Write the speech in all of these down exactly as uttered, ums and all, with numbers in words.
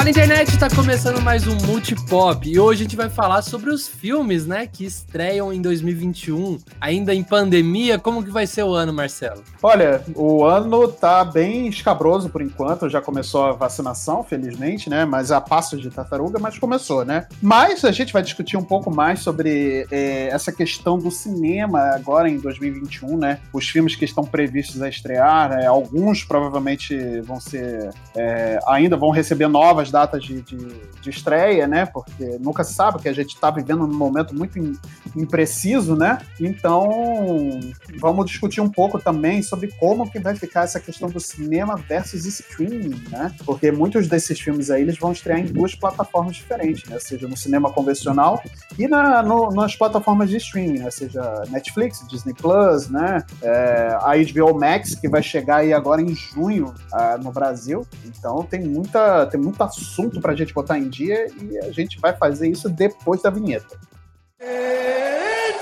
Fala, internet, tá começando mais um Multipop e hoje a gente vai falar sobre os filmes, né, que estreiam em dois mil e vinte e um, ainda em pandemia. Como que vai ser o ano, Marcelo? Olha, o ano tá bem escabroso por enquanto, já começou a vacinação, felizmente, né, mas a passos de tartaruga, mas começou, né. Mas a gente vai discutir um pouco mais sobre é, essa questão do cinema agora em dois mil e vinte e um, né, os filmes que estão previstos a estrear, né, alguns provavelmente vão ser, é, ainda vão receber novas datas de, de, de estreia, né? Porque nunca se sabe que a gente está vivendo num momento muito in, impreciso, né? Então, vamos discutir um pouco também sobre como que vai ficar essa questão do cinema versus streaming, né? Porque muitos desses filmes aí, eles vão estrear em duas plataformas diferentes, né? Seja no cinema convencional e na, no, nas plataformas de streaming, né? Seja Netflix, Disney Plus, né? É, a H B O Max, que vai chegar aí agora em junho uh, no Brasil. Então, tem muita, tem muito assunto pra gente botar em dia e a gente vai fazer isso depois da vinheta. It's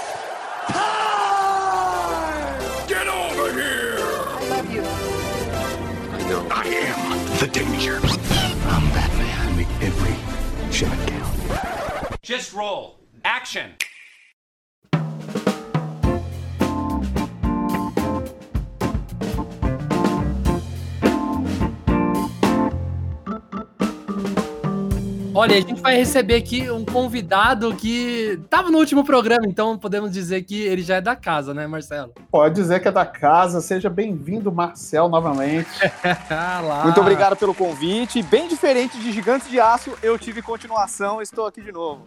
time! Get over here! I love you. I know. I am the danger. I'm Batman. Make every shot count. Just roll. Action! Olha, a gente vai receber aqui um convidado que estava no último programa, então podemos dizer que ele já é da casa, né, Marcelo? Pode dizer que é da casa. Seja bem-vindo, Marcel, novamente. Lá. Muito obrigado pelo convite. Bem diferente de Gigantes de Aço, eu tive continuação, estou aqui de novo.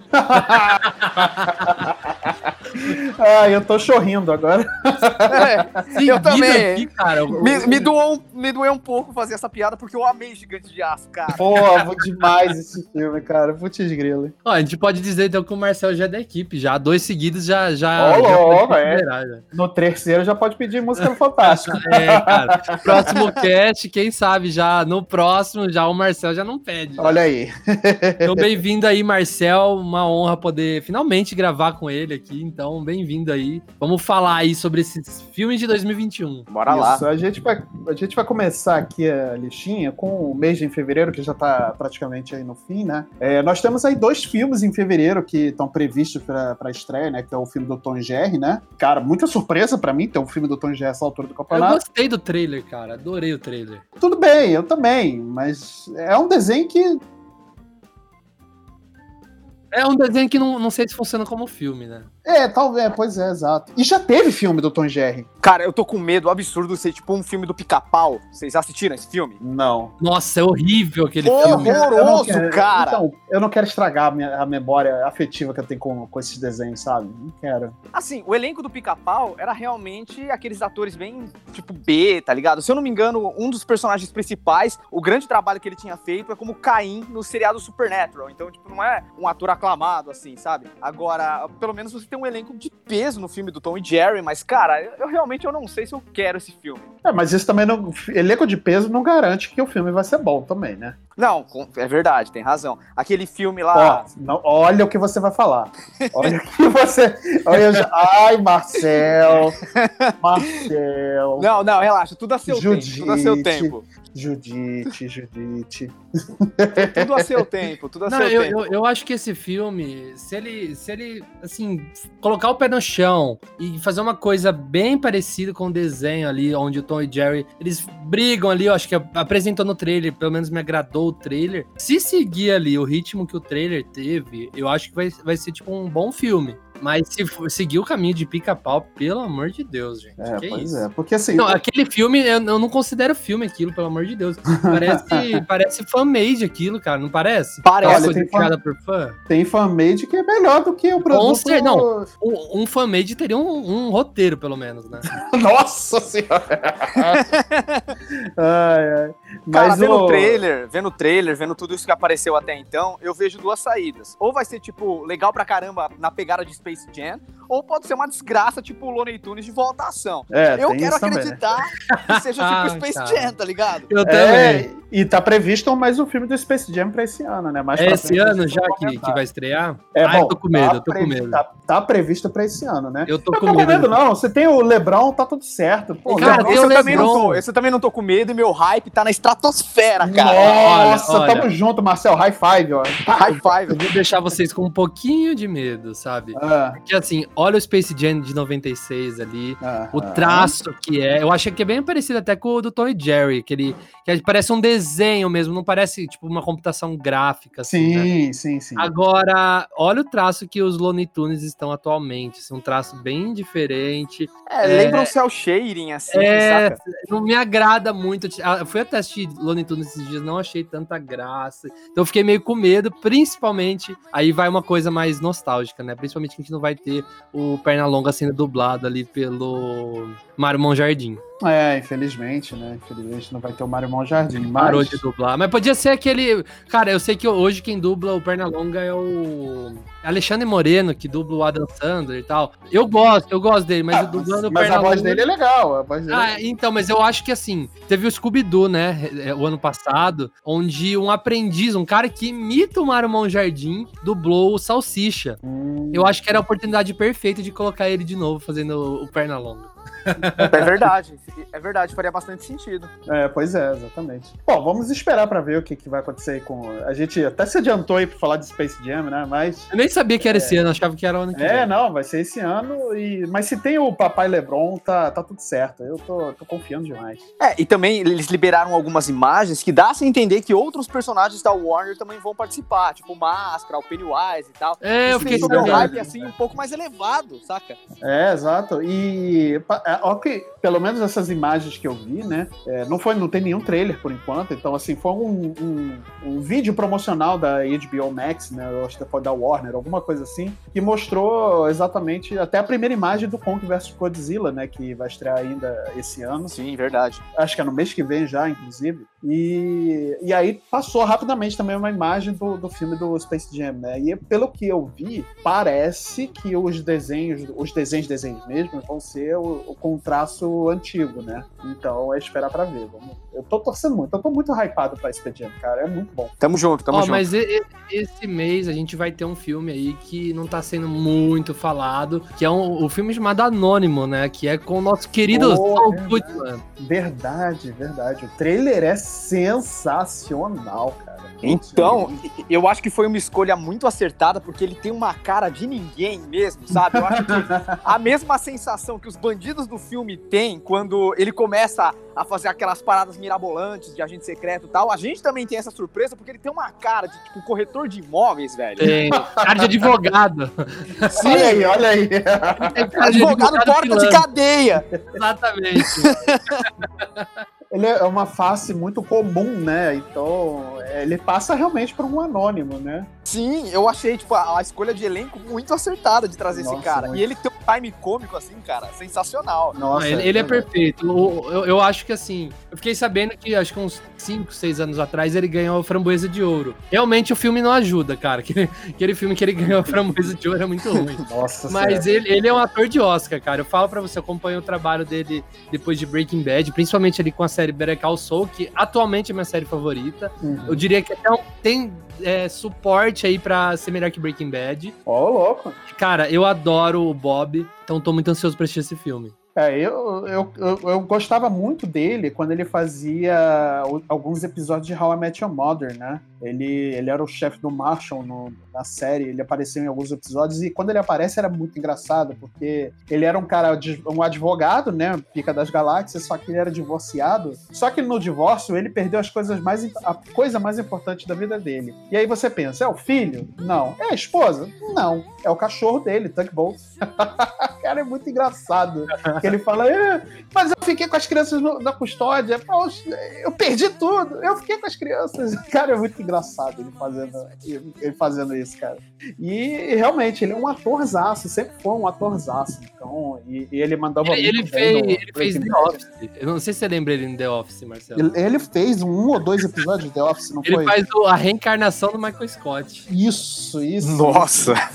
Ah, eu tô chorrindo agora. É, eu também. Aqui, cara, me, me, doou, me doeu um pouco fazer essa piada, porque eu amei Gigantes de Aço, cara. Pô, vou demais esse filme, cara. Putz grilo. Ó, a gente pode dizer então que o Marcel já é da equipe, já dois seguidos já já, oh, já oh, pode é. já. No terceiro já pode pedir música fantástica. É, cara. Próximo cast, quem sabe já no próximo já o Marcel já não pede. Já. Olha aí. Então bem-vindo aí, Marcel, uma honra poder finalmente gravar com ele aqui, então bem-vindo aí. Vamos falar aí sobre esses filmes de dois mil e vinte e um. Bora lá. Isso, a gente vai a gente vai começar aqui a listinha com o mês de fevereiro, que já tá praticamente aí no fim, né? É, nós temos aí dois filmes em fevereiro que estão previstos para a estreia, né? Que é o filme do Tom e Jerry, né? Cara, muita surpresa para mim ter um filme do Tom e Jerry essa altura do campeonato. Eu gostei do trailer, cara. Adorei o trailer. Tudo bem, eu também, mas é um desenho que... É um desenho que não, não sei se funciona como filme, né? É, talvez, pois é, exato. E já teve filme do Tom e Jerry? Cara, eu tô com medo absurdo de ser tipo um filme do Pica-Pau. Vocês assistiram esse filme? Não. Nossa, é horrível aquele Horroroso, filme. Horroroso, quero, cara. Então, eu não quero estragar a, minha, a memória afetiva que eu tenho com, com esses desenhos, sabe? Não quero. Assim, o elenco do Pica-Pau era realmente aqueles atores bem, tipo, B, tá ligado? Se eu não me engano, um dos personagens principais, o grande trabalho que ele tinha feito é como Caim no seriado Supernatural. Então, tipo, não é um ator aclamado, assim, sabe? Agora, pelo menos você tem um elenco de peso no filme do Tom e Jerry, mas, cara, eu, eu realmente eu não sei se eu quero esse filme. É, mas isso também não... Elenco de peso não garante que o filme vai ser bom também, né? Não, é verdade, tem razão. Aquele filme lá... Ó, não, olha o que você vai falar. Olha o que você... Olha, já... Ai, Marcel. Marcel. Não, não, relaxa, tudo a seu Judite, tempo, tudo a seu tempo. Judite, Judite. Tudo a seu tempo, tudo a Não, seu eu, tempo. Eu, eu acho que esse filme, se ele, se ele, assim, colocar o pé no chão e fazer uma coisa bem parecida com o desenho ali, onde o Tom e Jerry, eles brigam ali, eu acho que apresentou no trailer, pelo menos me agradou o trailer. Se seguir ali o ritmo que o trailer teve, eu acho que vai, vai ser, tipo, um bom filme. Mas se for seguir o caminho de Pica-Pau, pelo amor de Deus, gente. É, que pois isso? é. Porque assim... Não, aquele filme, eu, eu não considero filme aquilo, pelo amor de Deus. Parece, parece fan-made aquilo, cara, não parece? Parece. Aquela coisa Tem criada por fã. Tem fan-made que é melhor do que o produto... Com certeza, não. Um, um fan-made teria um, um roteiro, pelo menos, né? Nossa senhora! ai, ai. Mas Cara, vendo o o trailer, vendo o trailer, vendo tudo isso que apareceu até então, eu vejo duas saídas. Ou vai ser, tipo, legal pra caramba na pegada de Space Jam, ou pode ser uma desgraça, tipo o Looney Tunes de volta à ação. É, eu tem quero isso também, né? acreditar que seja tipo Ah, Space cara. Jam, tá ligado? Eu É, também. e tá previsto mais um filme do Space Jam pra esse ano, né? Mais É pra esse frente a ano gente já vai que, comentar. que vai estrear? É, ah, bom, eu tô com medo, tá eu tô com previ- medo. Tá, tá previsto pra esse ano, né? Eu tô Eu com tô com medo. medo, não. Você tem o LeBron, tá tudo certo. Pô, Cara, LeBron- tem esse, o eu também não LeBron. tô, esse eu também não tô com medo e meu hype tá na estratosfera, cara. Nossa, Olha, olha. tamo junto, Marcel. High five, ó. High Eu five. vou deixar vocês com um pouquinho de medo, sabe? Ah, Porque assim, olha o Space Jam de noventa e seis ali, ah, o ah. traço que é. Eu achei que é bem parecido até com o do Tom e Jerry, que ele que parece um desenho mesmo, não parece tipo uma computação gráfica. Assim, né? Sim, sim, sim. Agora, olha o traço que os Looney Tunes estão atualmente. Assim, um traço bem diferente. É, lembra um cel shading, assim, É, saca? não me agrada muito. Eu fui até assistir Looney Tunes esses dias, não achei tanta graça. Então eu fiquei meio com medo, principalmente. Aí vai uma coisa mais nostálgica, né? Principalmente que a gente não vai ter o Pernalonga sendo dublado ali pelo Mário Monjardim. É, infelizmente, né? Infelizmente não vai ter o Mário Monjardim, mas... Parou de dublar. Mas podia ser aquele. Cara, eu sei que hoje quem dubla o Pernalonga é o Alexandre Moreno, que dubla o Adam Sandler e tal. Eu gosto, eu gosto dele, mas Ah, o dublando o mas a Pernalonga. voz dele é legal, a voz dele Ah, é... então, mas eu acho que assim, teve o Scooby-Doo, né, o ano passado, onde um aprendiz, um cara que imita o Mário Monjardim, dublou o Salsicha. Hum, Eu acho que era a oportunidade perfeita de colocar ele de novo fazendo o Pernalonga. É verdade, é verdade, faria bastante sentido. É, pois é, exatamente. Bom, vamos esperar pra ver o que, que vai acontecer aí com... A gente até se adiantou aí pra falar de Space Jam, né? Mas... Eu nem sabia que era esse ano, achava que era o ano que É, vem. não, vai ser esse ano. E... Mas se tem o Papai LeBron, tá, tá tudo certo. Eu tô, tô confiando demais. É, e também eles liberaram algumas imagens que dá a entender que outros personagens da Warner também vão participar, tipo o Máscara, o Pennywise e tal. É, eu Isso fiquei deixou meu sabendo. hype assim um pouco mais elevado, saca? É, exato. E pa- é, ó que, pelo menos essas imagens que eu vi, né? é, não, foi, não tem nenhum trailer por enquanto. Então, assim, foi um, um, um vídeo promocional da H B O Max, né? Eu acho que foi da Warner, alguma coisa assim, que mostrou exatamente até a primeira imagem do Kong versus Godzilla, né? Que vai estrear ainda esse ano. Sim, verdade. Acho que é no mês que vem já, inclusive. E, e aí passou rapidamente também uma imagem do, do filme do Space Jam, né? E pelo que eu vi, parece que os desenhos, os desenhos, desenhos mesmo, vão ser o, o com traço antigo, né? Então é esperar pra ver. Vamos, eu tô torcendo muito, eu tô muito hypado pra Space Jam, cara. É muito bom. Tamo junto, tamo Ó, junto. mas e- e- esse mês a gente vai ter um filme aí que não tá sendo muito falado, que é um, um filme chamado Anônimo, né? Que é com o nosso querido Oh, Saul verdade. Goodman. Verdade, verdade. O trailer é sensacional, cara. Então, eu acho que foi uma escolha muito acertada, porque ele tem uma cara de ninguém mesmo, sabe? Eu acho que a mesma sensação que os bandidos do filme têm quando ele começa a fazer aquelas paradas mirabolantes de agente secreto e tal, a gente também tem essa surpresa, porque ele tem uma cara de, tipo, corretor de imóveis, velho. Tem cara de advogado. Olha aí, olha aí. Tem cara de Advogado porta de pilantra. cadeia. Exatamente. Ele é uma face muito comum, né? Então, ele passa realmente por um anônimo, né? Sim, eu achei, tipo, a, a escolha de elenco muito acertada de trazer Nossa, esse cara. muito. E ele tem um time cômico, assim, cara, sensacional. Nossa, ele, ele é verdade. perfeito. O- Eu, eu acho que assim, eu fiquei sabendo que acho que uns cinco, seis anos atrás ele ganhou a Framboesa de Ouro. Realmente o filme não ajuda, cara. Aquele, aquele filme que ele ganhou a Framboesa de Ouro é muito ruim. Nossa, Mas sério. ele, ele é um ator de Oscar, cara. Eu falo pra você, eu acompanho o trabalho dele depois de Breaking Bad, principalmente ali com a série Better Call Saul, que atualmente é minha série favorita. Uhum. Eu diria que até um- tem é, suporte aí pra ser melhor que Breaking Bad. Ó, louco. Cara, eu adoro o Bob, então tô muito ansioso pra assistir esse filme. É, eu, eu, eu, eu gostava muito dele quando ele fazia o- alguns episódios de How I Met Your Mother, né? Ele, ele era o chefe do Marshall no- na série, ele apareceu em alguns episódios e quando ele aparece era muito engraçado, porque ele era um cara, de- um advogado, né? Pica das galáxias, só que ele era divorciado. Só que no divórcio ele perdeu as coisas mais, im- a coisa mais importante da vida dele. E aí você pensa, é o filho? Não. É a esposa? Não. É o cachorro dele, Tugboat. Cara, é muito engraçado. Que ele fala, "É, mas eu fiquei com as crianças no- na custódia. Poxa, eu perdi tudo. Eu fiquei com as crianças." Cara, é muito engraçado ele fazendo, ele fazendo isso, cara. E realmente, ele é um atorzaço, sempre foi um atorzaço. Então, e, e ele mandava Ele, ele muito fez, bem no ele fez Breaking The Bad. Office. Eu não sei se você lembra ele em The Office, Marcelo. Ele, ele fez um ou dois episódios de The Office, não Ele foi? faz o- a reencarnação do Michael Scott. Isso, isso. Nossa.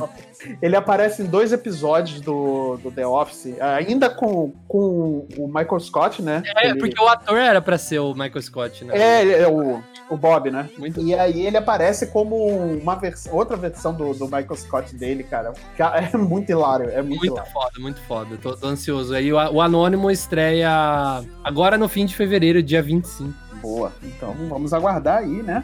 Ele aparece em dois episódios do, do The Office, ainda com, com o Michael Scott, né? É, ele... porque o ator era pra ser o Michael Scott, né? É, é o, o Bob, né? Muito e aí ele aparece como uma vers... outra versão do, do Michael Scott dele, cara. É muito hilário, é muito, muito hilário. foda, muito foda. Tô, tô ansioso. Aí o, o Anônimo estreia agora no fim de fevereiro, dia vinte e cinco. Boa. Então vamos aguardar aí, né?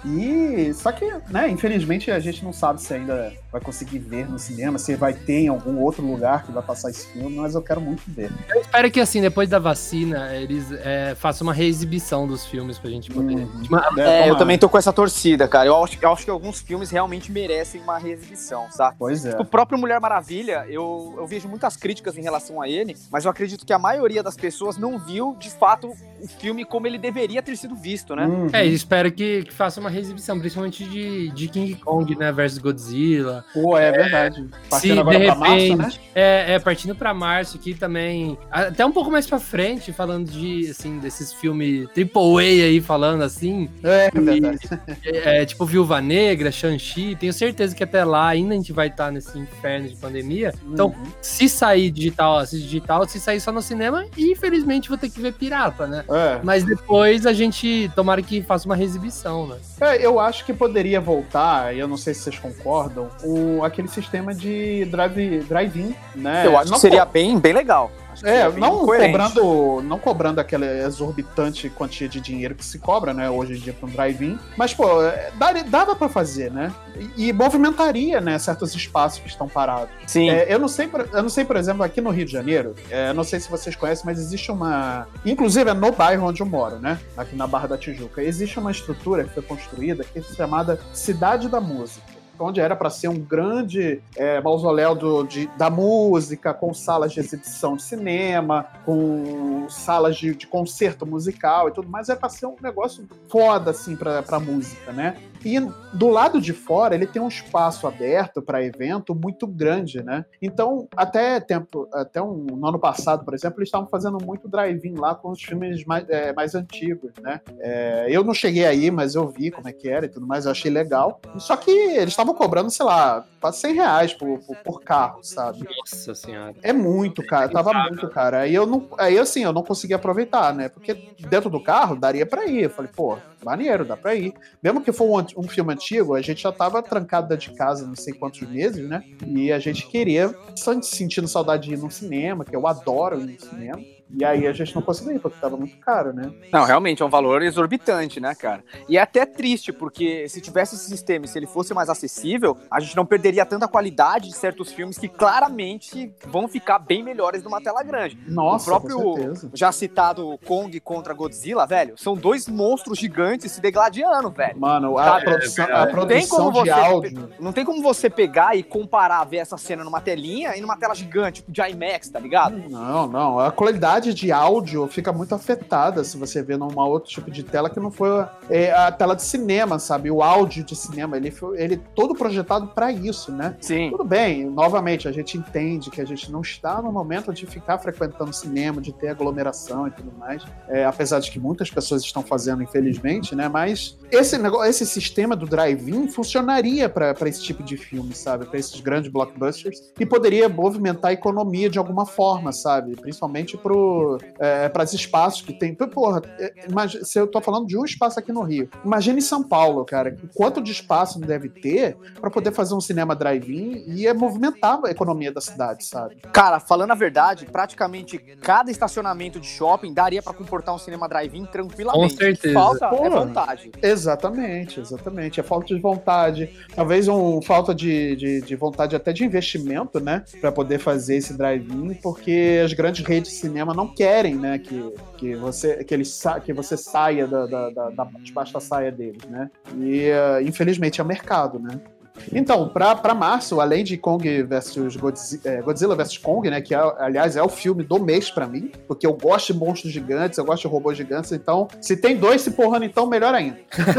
E só que, né, infelizmente a gente não sabe se ainda vai conseguir ver no cinema, se vai ter em algum outro lugar que vai passar esse filme, mas eu quero muito ver. Eu espero que, assim, depois da vacina, eles é, façam uma reexibição dos filmes pra gente poder... Uhum. É, eu também tô com essa torcida, cara. Eu acho, eu acho que alguns filmes realmente merecem uma reexibição, sabe? Pois é. O próprio Mulher Maravilha, eu, eu vejo muitas críticas em relação a ele, mas eu acredito que a maioria das pessoas não viu, de fato, o filme como ele deveria ter sido visto, né? Uhum. É, e espero que, que faça uma reexibição, principalmente de, de King Kong, né, versus Godzilla. Pô, é verdade. Partindo Se, agora de pra repente, março, né? É, é, partindo pra março aqui também, até um pouco mais pra frente, falando de, assim, desses filmes triple A aí, falando assim. É, é verdade. É, é, tipo Viúva Negra, Shang-Chi, tenho certeza que até lá ainda a gente vai estar nesse inferno de pandemia. Então, Uhum. se sair digital, assiste digital, se sair só no cinema, infelizmente vou ter que ver pirata, né? É. Mas depois a gente, tomara que faça uma reexibição, né? É, eu acho que poderia voltar, e eu não sei se vocês concordam, o, aquele sistema de drive, drive-in, né? Eu acho Não que seria co- bem, bem legal. Acho que É, seria bem não coerente. cobrando, não cobrando aquela exorbitante quantia de dinheiro que se cobra, né, hoje em dia para um drive-in, mas, pô, é, dava, dava para fazer, né? E, e movimentaria, né, certos espaços que estão parados. Sim. É, eu, não sei, por- eu não sei, por exemplo, aqui no Rio de Janeiro, é, eu não sei se vocês conhecem, mas existe uma... Inclusive, é no bairro onde eu moro, né? Aqui na Barra da Tijuca. Existe uma estrutura que foi construída que é chamada Cidade da Música, onde era para ser um grande é, mausoléu do, de, da música, com salas de exibição de cinema, com salas de, de concerto musical e tudo mais. Era para ser um negócio foda, assim, para pra música, né? E do lado de fora, ele tem um espaço aberto para evento muito grande, né? Então, até tempo, até um, no ano passado, por exemplo, eles estavam fazendo muito drive-in lá com os filmes mais, é, mais antigos, né? É, eu não cheguei aí, mas eu vi como é que era e tudo mais, eu achei legal. Só que eles estavam cobrando, sei lá, quase cem reais por, por, por carro, sabe? Nossa senhora. É muito, cara. Tava muito, cara. Aí eu não, aí assim, eu não consegui aproveitar, né? Porque dentro do carro daria pra ir. Eu falei, pô, maneiro, dá pra ir. Mesmo que for um, um filme antigo, a gente já tava trancado dentro de casa não sei quantos meses, né? E a gente queria, só sentindo saudade de ir no cinema, que eu adoro ir no cinema. E aí a gente não conseguiu ir, porque tava muito caro, né? Não, realmente é um valor exorbitante, né, cara? E é até triste, porque se tivesse esse sistema e se ele fosse mais acessível, a gente não perderia tanta qualidade de certos filmes que claramente vão ficar bem melhores numa tela grande. Nossa, o próprio, com certeza. já citado Kong contra Godzilla, velho, são dois monstros gigantes se degladiando, velho. Mano, a Sabe? produção, É, a é. Não tem produção como de você- áudio... Não tem como você pegar e comparar, ver essa cena numa telinha e numa tela gigante, tipo de IMAX, tá ligado? Não, não. A qualidade de áudio fica muito afetada se você vê numa outro tipo de tela que não foi é, a tela de cinema, sabe? O áudio de cinema, ele foi ele todo projetado pra isso, né? Sim. Tudo bem, novamente, a gente entende que a gente não está no momento de ficar frequentando cinema, de ter aglomeração e tudo mais, é, apesar de que muitas pessoas estão fazendo, infelizmente, né? Mas esse, negócio, esse sistema do drive-in funcionaria pra pra esse tipo de filme, sabe? Pra esses grandes blockbusters e poderia movimentar a economia de alguma forma, sabe? Principalmente pro, é, para os espaços que tem. Porra, imagina, se eu tô falando de um espaço aqui no Rio, imagina em São Paulo, cara, quanto de espaço deve ter pra poder fazer um cinema drive-in e é movimentar a economia da cidade, sabe? Cara, falando a verdade, praticamente cada estacionamento de shopping daria pra comportar um cinema drive-in tranquilamente. Com certeza. Falta é Porra. vontade. Exatamente, exatamente. É falta de vontade, talvez um falta de, de, de vontade até de investimento, né, pra poder fazer esse drive-in, porque as grandes redes de cinema não querem, né, que, que, você, que, eles sa- que você saia da, da, da, da, debaixo da saia deles, né, e uh, infelizmente é o mercado, né. Então, para março, além de Kong versus Godzilla, é, Godzilla versus Kong, né, que é, aliás é o filme do mês pra mim, porque eu gosto de monstros gigantes, eu gosto de robôs gigantes, então se tem dois se porrando, então melhor ainda.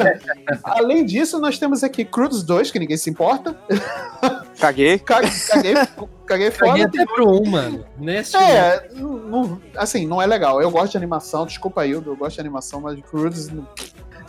Além disso, nós temos aqui Cruz dois, que ninguém se importa. Caguei. Caguei, caguei, caguei fora. Caguei até pro um, mano. Nesse É, não- não- assim, não é legal. Eu gosto de animação, desculpa, Hildo, eu gosto de animação, mas Cruz não,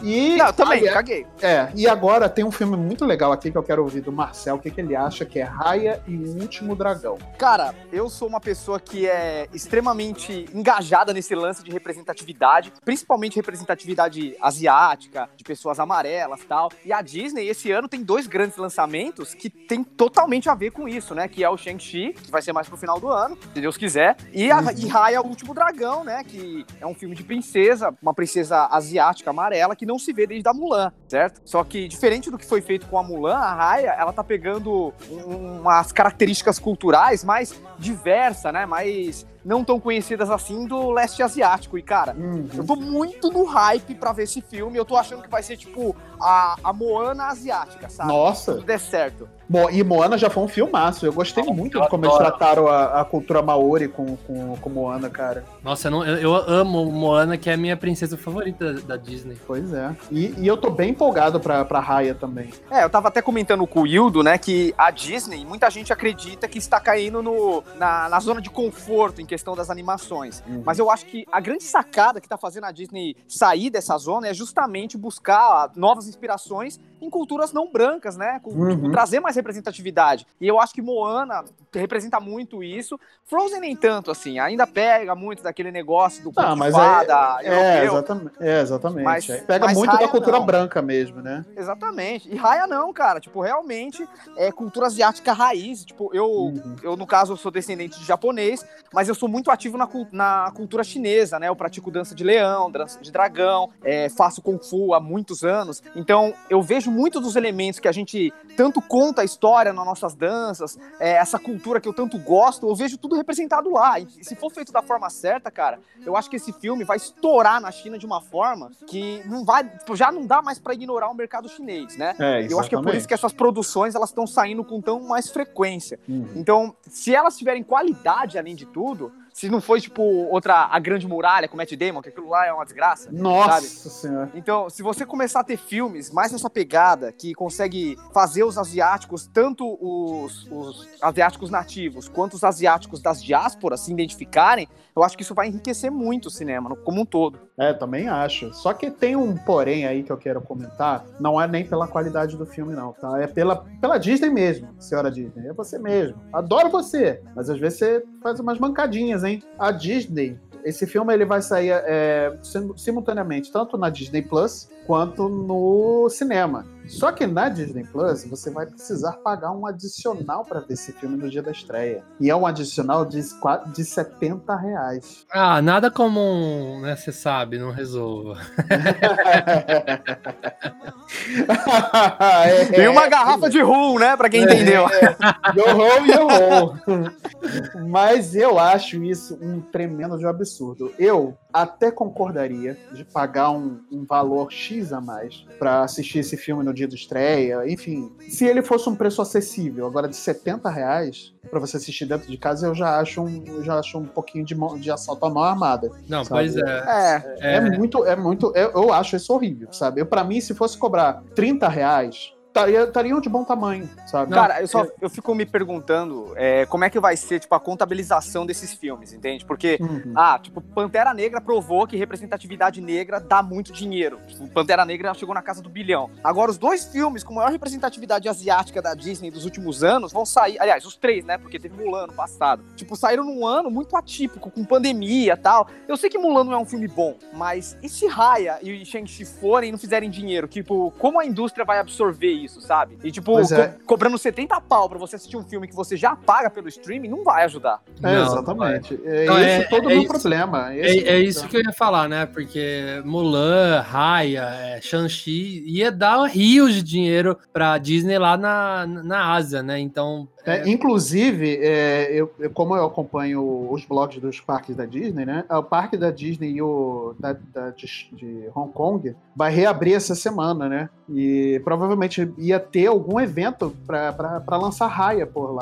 E, Não, também, aliás, caguei. É, e agora tem um filme muito legal aqui que eu quero ouvir do Marcel, o que, que ele acha, que é Raya e o Último Dragão. Cara, eu sou uma pessoa que é extremamente engajada nesse lance de representatividade, principalmente representatividade asiática, de pessoas amarelas e tal. E a Disney, esse ano, tem dois grandes lançamentos que tem totalmente a ver com isso, né? Que é o Shang-Chi, que vai ser mais pro final do ano, se Deus quiser, e, a, Uhum. e Raya, o Último Dragão, né? Que é um filme de princesa, uma princesa asiática amarela que não se vê desde a Mulan, certo? Só que, diferente do que foi feito com a Mulan, a Raya, ela tá pegando um- umas características culturais mais diversas, né? Mais não tão conhecidas assim do leste asiático. E, cara, Uhum. eu tô muito no hype pra ver esse filme. Eu tô achando que vai ser, tipo, a, a Moana asiática, sabe? Nossa. Se tudo der certo. Mo- E Moana já foi um filmaço. Eu gostei Nossa, muito eu de como eles adoro. trataram a, a cultura maori com, com, com Moana, cara. Nossa, eu, não- eu- eu amo Moana, que é a minha princesa favorita da, da Disney. Pois é. E, e eu tô bem empolgado pra, pra Raya também. É, eu tava até comentando com o Hildo, né, que a Disney, muita gente acredita que está caindo no, na, na zona de conforto em questão das animações. Uhum. Mas eu acho que a grande sacada que tá fazendo a Disney sair dessa zona é justamente buscar novas inspirações em culturas não brancas, né? Com- Uhum. tipo, trazer mais representatividade. E eu acho que Moana representa muito isso. Frozen nem tanto, assim, ainda pega muito daquele negócio do Tá, conto de mas fada é, é, europeu. exatamente, é, exatamente. Mas- Aí pega mas muito da Raya cultura não. branca mesmo, né? Exatamente. E Raya não, cara. Tipo, realmente é cultura asiática raiz. Tipo, eu, Uhum. eu no caso, eu sou descendente de japonês, mas eu sou muito ativo na, cul- na cultura chinesa, né? Eu pratico dança de leão, dança de dragão, é, faço Kung Fu há muitos anos. Então, eu vejo muitos dos elementos que a gente tanto conta a história nas nossas danças, é, essa cultura que eu tanto gosto, eu vejo tudo representado lá. E se for feito da forma certa, cara, eu acho que esse filme vai estourar na China de uma forma que não vai, tipo, já não dá mais pra ignorar o mercado chinês, né? É, Eu acho que é por isso que essas produções elas estão saindo com tão mais frequência. Uhum. Então, se elas tiverem qualidade além de tudo, se não for tipo outra A Grande Muralha com Matt Damon, que aquilo lá é uma desgraça. Nossa sabe? senhora. Então, se você começar a ter filmes mais nessa pegada, que consegue fazer os asiáticos, tanto os, os asiáticos nativos, quanto os asiáticos das diásporas se identificarem, eu acho que isso vai enriquecer muito o cinema, no- como um todo. É, também acho. Só que tem um porém aí que eu quero comentar. Não é nem pela qualidade do filme, não, tá? É pela, pela Disney mesmo, senhora Disney. É você mesmo. Adoro você. Mas às vezes você faz umas mancadinhas, hein? A Disney, esse filme ele vai sair é, sim- simultaneamente, tanto na Disney Plus quanto no cinema. Só que na Disney Plus você vai precisar pagar um adicional para ver esse filme no dia da estreia. E é um adicional de, qua- de setenta reais. Ah, nada comum, né? Você sabe, não resolva. E uma garrafa de rum, né, pra quem entendeu. Yo-ho, yo-ho. Mas eu acho isso um tremendo de absurdo. Eu até concordaria de pagar um, um valor X a mais pra assistir esse filme no dia da estreia, enfim. Se ele fosse um preço acessível, agora de setenta reais pra você assistir dentro de casa, eu já acho um, eu já acho um pouquinho de, mão- de assalto à mão armada. Não, Sabe? pois é. É, É, muito, é muito. Eu, eu acho isso horrível, sabe? Eu, pra mim, se fosse cobrar trinta reais, estaria- estariam de bom tamanho, sabe? cara, eu só eu fico me perguntando é, como é que vai ser, tipo, a contabilização desses filmes, entende? Porque, Uhum. ah, tipo, Pantera Negra provou que representatividade negra dá muito dinheiro. Tipo, Pantera Negra chegou na casa do bilhão. Agora, os dois filmes com maior representatividade asiática da Disney dos últimos anos vão sair, aliás, os três, né? Porque teve Mulan no passado. Tipo, saíram num ano muito atípico, com pandemia e tal. Eu sei que Mulan não é um filme bom, mas e se Raya e Shang-Chi forem e não fizerem dinheiro? Tipo, como a indústria vai absorver isso, sabe? E tipo, Pois é. co- cobrando setenta pau pra você assistir um filme que você já paga pelo streaming, não vai ajudar. É, Não, exatamente. É Não, esse é- todo o é meu isso. problema. É, Esse é o meu isso problema. que eu ia falar, né? Porque Mulan, Raya, é, Shang-Chi ia dar rios de dinheiro pra Disney lá na, na Ásia, né? Então. É, inclusive, é, eu, eu- como eu acompanho os blogs dos parques da Disney, né? O parque da Disney e o da, da- de, de Hong Kong vai reabrir essa semana, né? E provavelmente ia ter algum evento para lançar Raya por lá, né?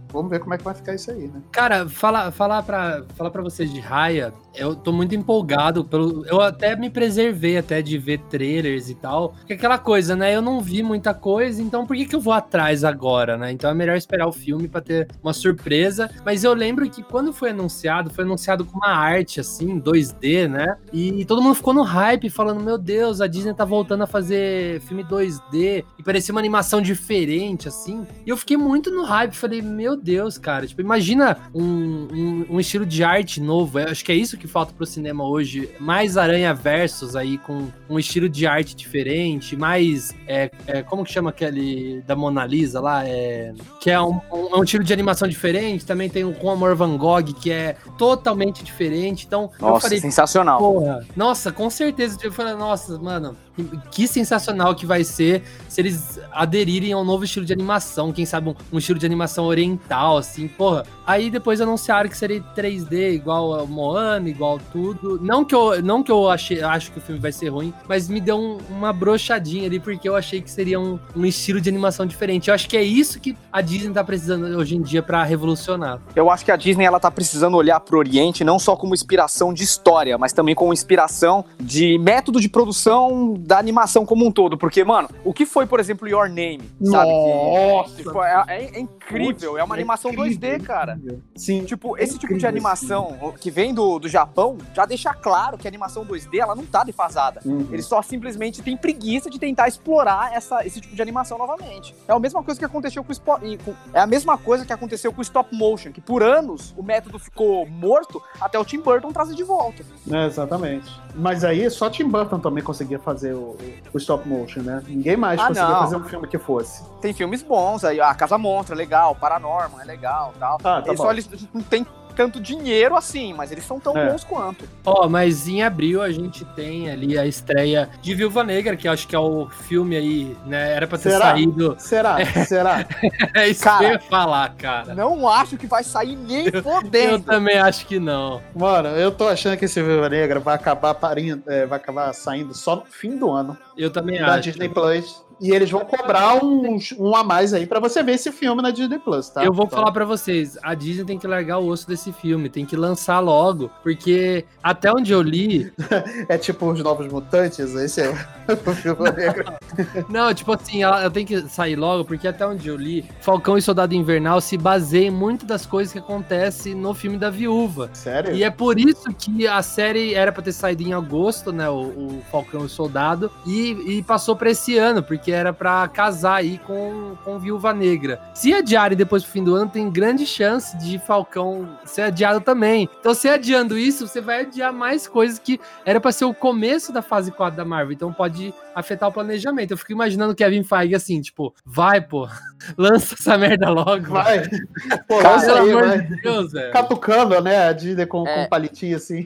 Vamos ver como é que vai ficar isso aí, né? Cara, falar fala pra, fala pra vocês de Raya, eu tô muito empolgado. Pelo, eu até me preservei até de ver trailers e tal. Porque aquela coisa, né? Eu não vi muita coisa, então por que, que eu vou atrás agora, né? Então é melhor esperar o filme pra ter uma surpresa. Mas eu lembro que quando foi anunciado, foi anunciado com uma arte, assim, dois D, né? E todo mundo ficou no hype, falando, meu Deus, a Disney tá voltando a fazer filme dois D. E parecia uma animação diferente, assim. E eu fiquei muito no hype, falei, meu Deus, cara. Tipo, imagina um, um, um estilo de arte novo. Eu acho que é isso que falta pro cinema hoje. Mais Aranha-Versos aí, com um estilo de arte diferente. Mais, é, é, como que chama aquele da Mona Lisa lá? É, que é um, um, um estilo de animação diferente. Também tem o Com Amor Van Gogh, que é totalmente diferente. Então, Nossa, eu falei, sensacional. porra, nossa, com certeza. Eu falei, nossa, mano, que sensacional que vai ser se eles aderirem a um novo estilo de animação, quem sabe um, um estilo de animação oriental, assim, porra. Aí depois anunciaram que seria três D, igual ao Moana, igual tudo. Não que eu, não que eu achei, acho que o filme vai ser ruim, mas me deu um, uma broxadinha ali, porque eu achei que seria um, um estilo de animação diferente. Eu acho que é isso que a Disney tá precisando hoje em dia pra revolucionar. Eu acho que a Disney, ela tá precisando olhar pro Oriente não só como inspiração de história, mas também como inspiração de método de produção da animação como um todo. Porque, mano, o que foi, por exemplo, Your Name, sabe? Nossa! Que, tipo, é, é- é incrível, é uma animação dois D, cara. Sim. Tipo, esse tipo de incrível, animação que vem do, do Japão já deixa claro que a animação dois D, ela não tá defasada. Uhum. Eles só simplesmente têm preguiça de tentar explorar essa, esse tipo de animação novamente. É a mesma coisa que aconteceu com o Spo- e com- é a mesma coisa que aconteceu com o stop motion, que por anos o método ficou morto até o Tim Burton trazer de volta. É, exatamente. Mas aí só Tim Burton também conseguia fazer o, o stop motion, né? Ninguém mais Ah, conseguia não. fazer um filme que fosse. Tem filmes bons aí, a Casa Monstra é legal, Paranorman é legal, tal. Ah, tá eles bom. só eles não tem tanto dinheiro assim, mas eles são tão É. bons quanto. Ó, mas em abril a gente tem ali a estreia de Viúva Negra, que eu acho que é o filme aí, né? Era pra ter Será? saído. Será? Será? É isso Cara, que eu ia falar, cara. Não acho que vai sair nem Eu fodendo. também acho que não. Mano, eu tô achando que esse Viúva Negra vai acabar parindo, é, vai acabar saindo só no fim do ano Eu também da acho. Disney Plus. E eles vão cobrar um, um a mais aí pra você ver esse filme na Disney Plus, tá? Eu vou Então, falar pra vocês, a Disney tem que largar o osso desse filme, tem que lançar logo, porque até onde eu li, É tipo os Novos Mutantes, esse é o Viúva Negra. não, tipo assim, ela, ela tem que sair logo, porque até onde eu li, Falcão e Soldado Invernal se baseia em muito das coisas que acontecem no filme da Viúva. Sério? E é por isso que a série era pra ter saído em agosto, né, o, o Falcão e o Soldado, e, e passou pra esse ano, porque era pra casar aí com, com Viúva Negra. Se adiarem depois pro fim do ano, tem grande chance de Falcão ser adiado também. Então, se adiando isso, você vai adiar mais coisas que era pra ser o começo da fase quatro da Marvel, então pode afetar o planejamento. Eu fico imaginando o Kevin Feige assim, tipo, vai, pô, lança essa merda logo. Vai. Pô, Cara, lança Pelo aí, amor vai. de Deus, velho. Catucando, né? A Disney com, É. com um palitinho assim.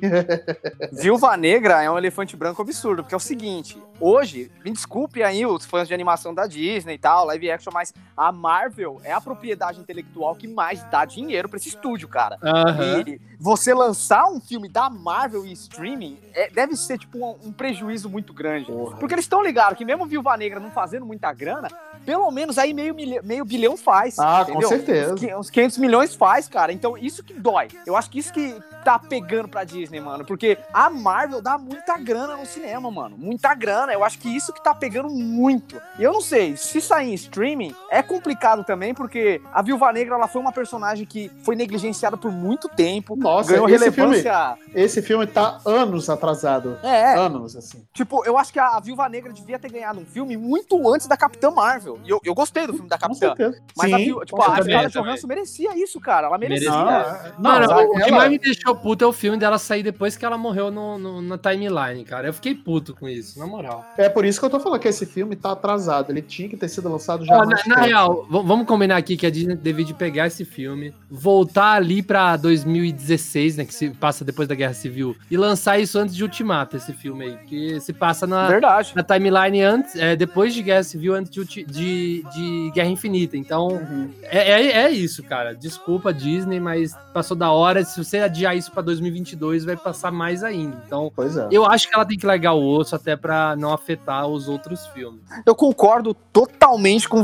Viúva Negra é um elefante branco absurdo, porque é o seguinte, hoje, me desculpe aí os fãs de animação da Disney e tal, live action, mas a Marvel é a propriedade intelectual que mais dá dinheiro pra esse estúdio, cara. Aham. E você lançar um filme da Marvel em streaming é- deve ser, tipo, um, um prejuízo muito grande. Porque eles estão ligados que mesmo Viúva Negra não fazendo muita grana, pelo menos aí meio, milha- meio bilhão faz. Ah, com entendeu? certeza. Uns qui- Uns quinhentos milhões faz, cara. Então isso que dói. Eu acho que isso que tá pegando pra Disney, mano. Porque a Marvel dá muita grana no cinema, mano. Muita grana. Eu acho que isso que tá pegando muito. E eu não sei, se sair em streaming, é complicado também, porque a Viúva Negra, ela foi uma personagem que foi negligenciada por muito tempo. Nossa, ganhou esse filme, relevância. esse filme tá anos atrasado. É, Anos, assim. tipo, eu acho que a Viúva Negra devia ter ganhado um filme muito antes da Capitã Marvel. E eu, eu gostei do filme da Com Capitã. certeza. Mas a, Sim, Viúva- tipo, com a também, Scarlett também. Johansson merecia isso, cara. Ela merecia. Merecia. Não, Mano, não, o que ela- mais me deixou puto é o filme dela sair depois que ela morreu no, no- na timeline, cara. Eu fiquei puto com isso, na moral. É por isso que eu tô falando que esse filme tá atrasado. Ele tinha que ter sido lançado já. há Ó, na, mais na tempo. real, v- vamos combinar aqui que a Disney deveria de pegar esse filme, voltar ali pra dois mil e dezesseis, né, que se passa depois da Guerra Civil, e lançar isso antes de Ultimato, esse filme aí, que se passa na, Verdade. na timeline antes, é, depois de Guerra Civil, antes de, ulti- de, de Guerra Infinita. Então, Uhum. é, é, é isso, cara. Desculpa, Disney, mas passou da hora. Se você adiar isso pra dois mil e vinte e dois, vai passar mais ainda. Então, Pois é. eu acho que ela tem que largar o osso até pra não afetar os outros filmes. Eu concordo totalmente com você,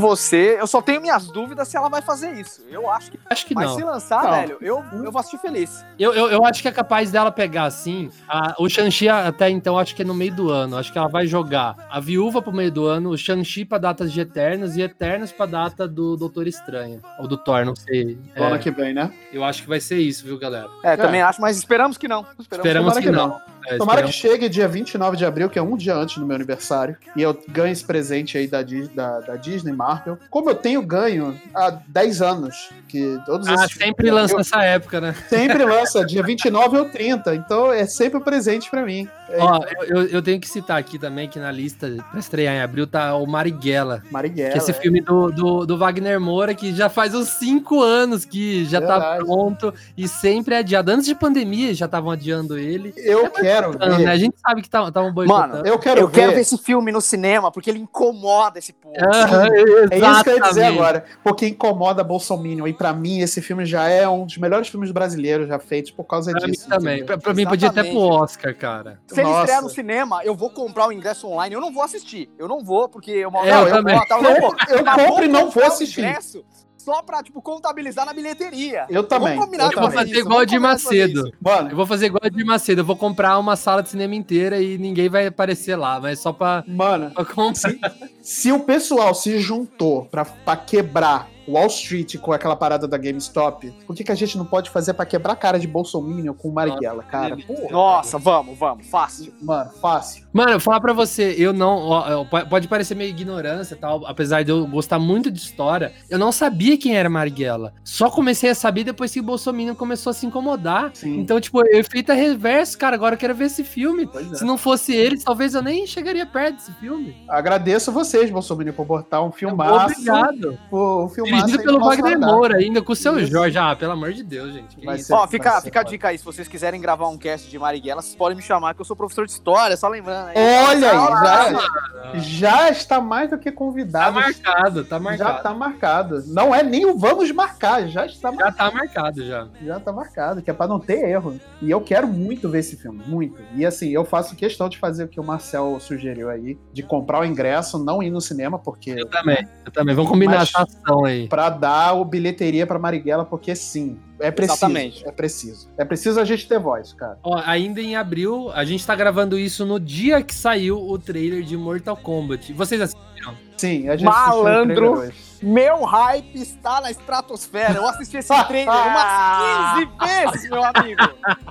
eu só tenho minhas dúvidas se ela vai fazer isso. Eu acho que. Acho que Mas não. se lançar, Não. velho, eu, eu vou assistir feliz. Eu, eu, eu acho que é capaz dela pegar, assim, a- o Shang-Chi até então, acho que é no meio do ano. Acho que ela vai jogar a Viúva pro meio do ano, o Shang-Chi pra datas de Eternos e Eternos pra data do Doutor Estranho. Ou do Thor, não sei. Do ano É, que vem, né? eu acho que vai ser isso, viu, galera? É, também acho, mas esperamos que não. Esperamos tomara que que não. É, Tomara que esperamos- chegue dia vinte e nove de abril, que é um dia antes do meu aniversário, e eu ganhe esse presente aí da, Dis- da, da Disney, Marvel. Como eu tenho ganho há dez anos, que todos Ah, esses sempre lança nessa época, né? sempre lança, dia vinte e nove ou trinta, então é sempre um presente pra mim. É, Ó, eu, eu- eu tenho que citar aqui também que na lista pra estrear em abril tá o Marighella. Marighella. Que é esse é. filme do, do, do Wagner Moura, que já faz uns cinco anos que já tá Verdade. pronto e sempre é adiado. Antes de pandemia já estavam adiando ele. Eu quero Ah, né? A ver. gente sabe que estavam boicotando. Mano, Eu quero eu ver. quero ver esse filme no cinema, porque ele incomoda esse povo. Aham, É isso que eu ia dizer exatamente. agora. Porque incomoda Bolsonaro. E pra mim, esse filme já é um dos melhores filmes brasileiros já feitos por causa Pra mim disso. também. entendeu? Pra, pra mim podia até pro Exatamente. Oscar, cara. Se ele Nossa. estrear no cinema, eu vou comprar o ingresso online. Eu não vou assistir. Eu não vou, porque eu É, eu também. tá, eu não vou. Eu Mas compro e não comprar vou o assistir. ingresso só pra, tipo, contabilizar na bilheteria. Eu também. Vamos combinar Eu de Eu vou também. fazer fazer isso, igual o vamos de combinar de fazer Macedo. isso. Mano, Eu vou fazer igual o de Macedo. Eu vou comprar uma sala de cinema inteira e ninguém vai aparecer lá, mas só pra, mano, pra comprar. se o pessoal se juntou pra, pra quebrar Wall Street com aquela parada da GameStop, por que, que a gente não pode fazer pra quebrar a cara de Bolsonaro com o Marighella, cara? Porra, Nossa, vamos, vamos. Fácil. mano, fácil. Mano, eu vou falar pra você, eu não. Ó, ó, pode parecer meio ignorância e tal, apesar de eu gostar muito de história, eu não sabia quem era Marighella. Só comecei a saber depois que o Bolsonaro começou a se incomodar. Sim. Então, tipo, efeito é reverso, cara. Agora eu quero ver esse filme. Pois é. Se não fosse eles, talvez eu nem chegaria perto desse filme. Agradeço vocês, Bolsonaro, por botar um filmaço. Obrigado. Um filmaço Dirigido aí pelo pro nosso Wagner radar. Moura, ainda com o seu Isso. Jorge. Ah, pelo amor de Deus, gente. Que Vai isso? ser- Ó, fica, vai ser fica a foda. dica aí. Se vocês quiserem gravar um cast de Marighella, vocês podem me chamar, que eu sou professor de história, só lembrando aí. Olha aí, Ah, já, já está mais do que Tá convidado. marcado, tá já marcado. tá marcado. Não é nem o vamos marcar, já está marcado. Já tá marcado, já. Já tá marcado, que é pra não ter erro. E eu quero muito ver esse filme, muito. E assim, eu faço questão de fazer o que o Marcel sugeriu aí, de comprar o ingresso, não ir no cinema, porque Eu também, eu também. Vamos combinar Mas- essa ação aí. pra dar o bilheteria pra Marighella, porque sim, é preciso. Exatamente. É preciso. É preciso a gente ter voz, cara. Ó, ainda em abril, a gente tá gravando isso no dia que saiu o trailer de Mortal Kombat. Vocês assistiram? Sim, a gente Malandro. assistiu o trailer hoje. Meu hype está na estratosfera. Eu assisti esse trailer umas quinze vezes, meu amigo.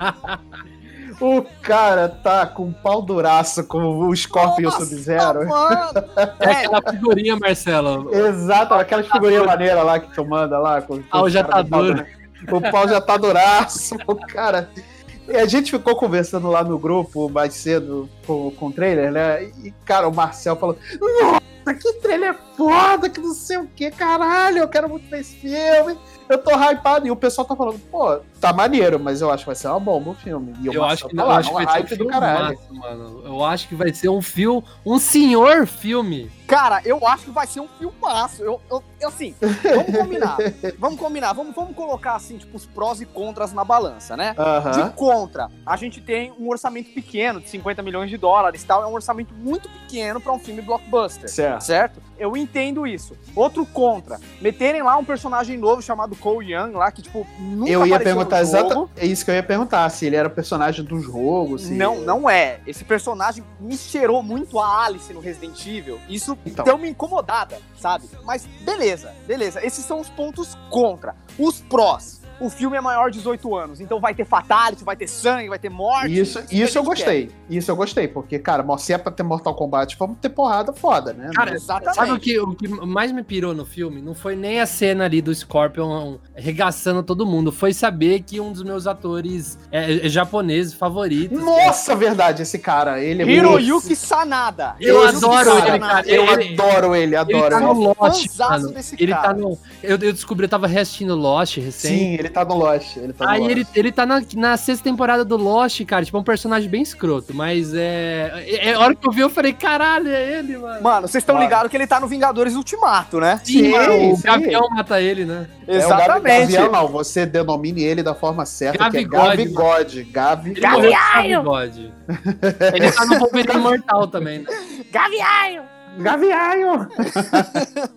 O cara tá com um pau duraço com o Scorpion e o Nossa, Sub-Zero. mano. É É, aquela figurinha, Marcelo. Exato, aquelas figurinhas maneiras lá que tu manda lá. Com, com Pau os já caras tá do pau duro. duro. O pau já tá duraço, o cara. E a gente ficou conversando lá no grupo mais cedo com, com o trailer, né? E, cara, o Marcel falou: Nossa, que trailer foda, que não sei o que, caralho, eu quero muito ver esse filme. Eu tô hypado. E o pessoal tá falando: Pô, tá maneiro, mas eu acho que vai ser uma bomba o filme. E o Eu acho Marcel que tá não, lá, eu acho que no vai ser um hype do filme caralho. mano. Eu acho que vai ser um filme, um senhor filme. cara, eu acho que vai ser um filmaço. Eu, eu, eu, assim, vamos combinar. Vamos combinar. Vamos, vamos colocar, assim, tipo, os prós e contras na balança, né? Aham. De contra, a gente tem um orçamento pequeno, de cinquenta milhões de dólares e tal. É um orçamento muito pequeno pra um filme blockbuster. Certo. Certo? Eu entendo isso. Outro contra, meterem lá um personagem novo chamado Cole Young lá, que, tipo, nunca Eu ia apareceu perguntar no exatamente. jogo. É isso que eu ia perguntar, se ele era o personagem do jogo. Se... Não, não é. Esse personagem me cheirou muito a Alice no Resident Evil. Isso Então. deu uma incomodada, sabe? Mas beleza, beleza. Esses são os pontos contra. Os prós. O filme é maior de dezoito anos, então vai ter fatality, vai ter sangue, vai ter morte. Isso, que a isso eu gente gostei. Isso eu gostei, porque, cara, se é pra ter Mortal Kombat, vamos ter porrada foda, né? Cara, Exatamente. sabe o que, o que mais me pirou no filme? Não foi nem a cena ali do Scorpion arregaçando todo mundo, foi saber que um dos meus atores é, é japoneses favoritos. Nossa, verdade, esse cara, ele é Hiroyuki Sanada. Eu Hiroyuki adoro ele, Sanada. cara. Eu Ele- adoro ele, Ele adoro tá ele. no Lost, fãzaço mano. desse Ele cara. tá no. Eu, eu descobri, eu tava reassistindo Lost recente. Sim, ele tá no Lost. Ele tá no Aí Lost. ele, ele tá na, na sexta temporada do Lost, cara. Tipo, é um personagem bem escroto. Mas é. É, é a hora que eu vi, eu falei, caralho, é ele, mano. Mano, vocês estão Claro. ligados que ele tá no Vingadores Ultimato, né? Sim, sim, mano, o sim. Gavião mata ele, né? É o Gavi- Exatamente. Gavião, não, você denomine ele da forma certa, que é Gavigode, Gavigode. Gavi... Ele morreu com bigode. Ele tá no Wolverine Imortal também, né? Gaviaio! Gaviaio!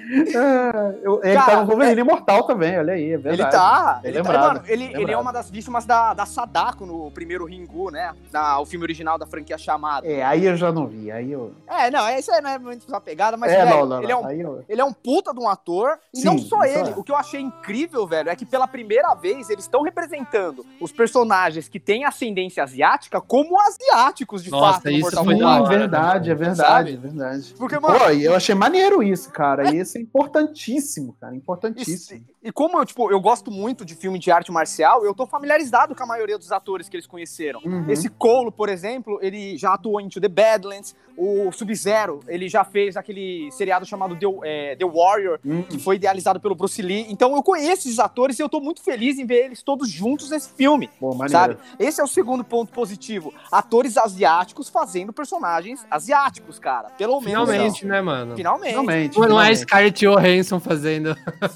Ah, eu- ele Cara, tá no Wolverine Imortal também, olha aí, é verdade. Ele tá. Bem Ele, tá lembrado, mano, ele, bem ele é lembrado. uma das vítimas da, da Sadako no primeiro Ringu, né? Na, o filme original da franquia Chamada. É, aí eu já não vi, aí eu... É, não, isso aí não é muito uma pegada, mas é, velho, não, não, ele, é não, um, aí eu... ele é um puta de um ator. E Sim, não só isso ele. é. O que eu achei incrível, velho, é que pela primeira vez eles estão representando os personagens que têm ascendência asiática como asiáticos, de Nossa, fato, no isso Mortal foi Sim, da Kombat. hora, é verdade, é verdade, Sabe? é verdade. Porque, mano, Pô, e eu achei maneiro isso, cara, e isso é importantíssimo, cara, importantíssimo. E, e como eu, tipo, eu gosto muito de filme de arte marcial, eu tô familiarizado com a maioria dos atores que eles conheceram. Uhum. Esse Cole, por exemplo, ele já atuou em To The Badlands. O Sub-Zero, ele já fez aquele seriado chamado The, é, The Warrior, Hum. que foi idealizado pelo Bruce Lee. Então eu conheço esses atores e eu tô muito feliz em ver eles todos juntos nesse filme. Pô, maneiro. Sabe? Esse é o segundo ponto positivo. Atores asiáticos fazendo personagens asiáticos, cara. Pelo menos. Finalmente, né, mano? Finalmente. Finalmente. Pô, não é finalmente. Scarlett Johansson fazendo.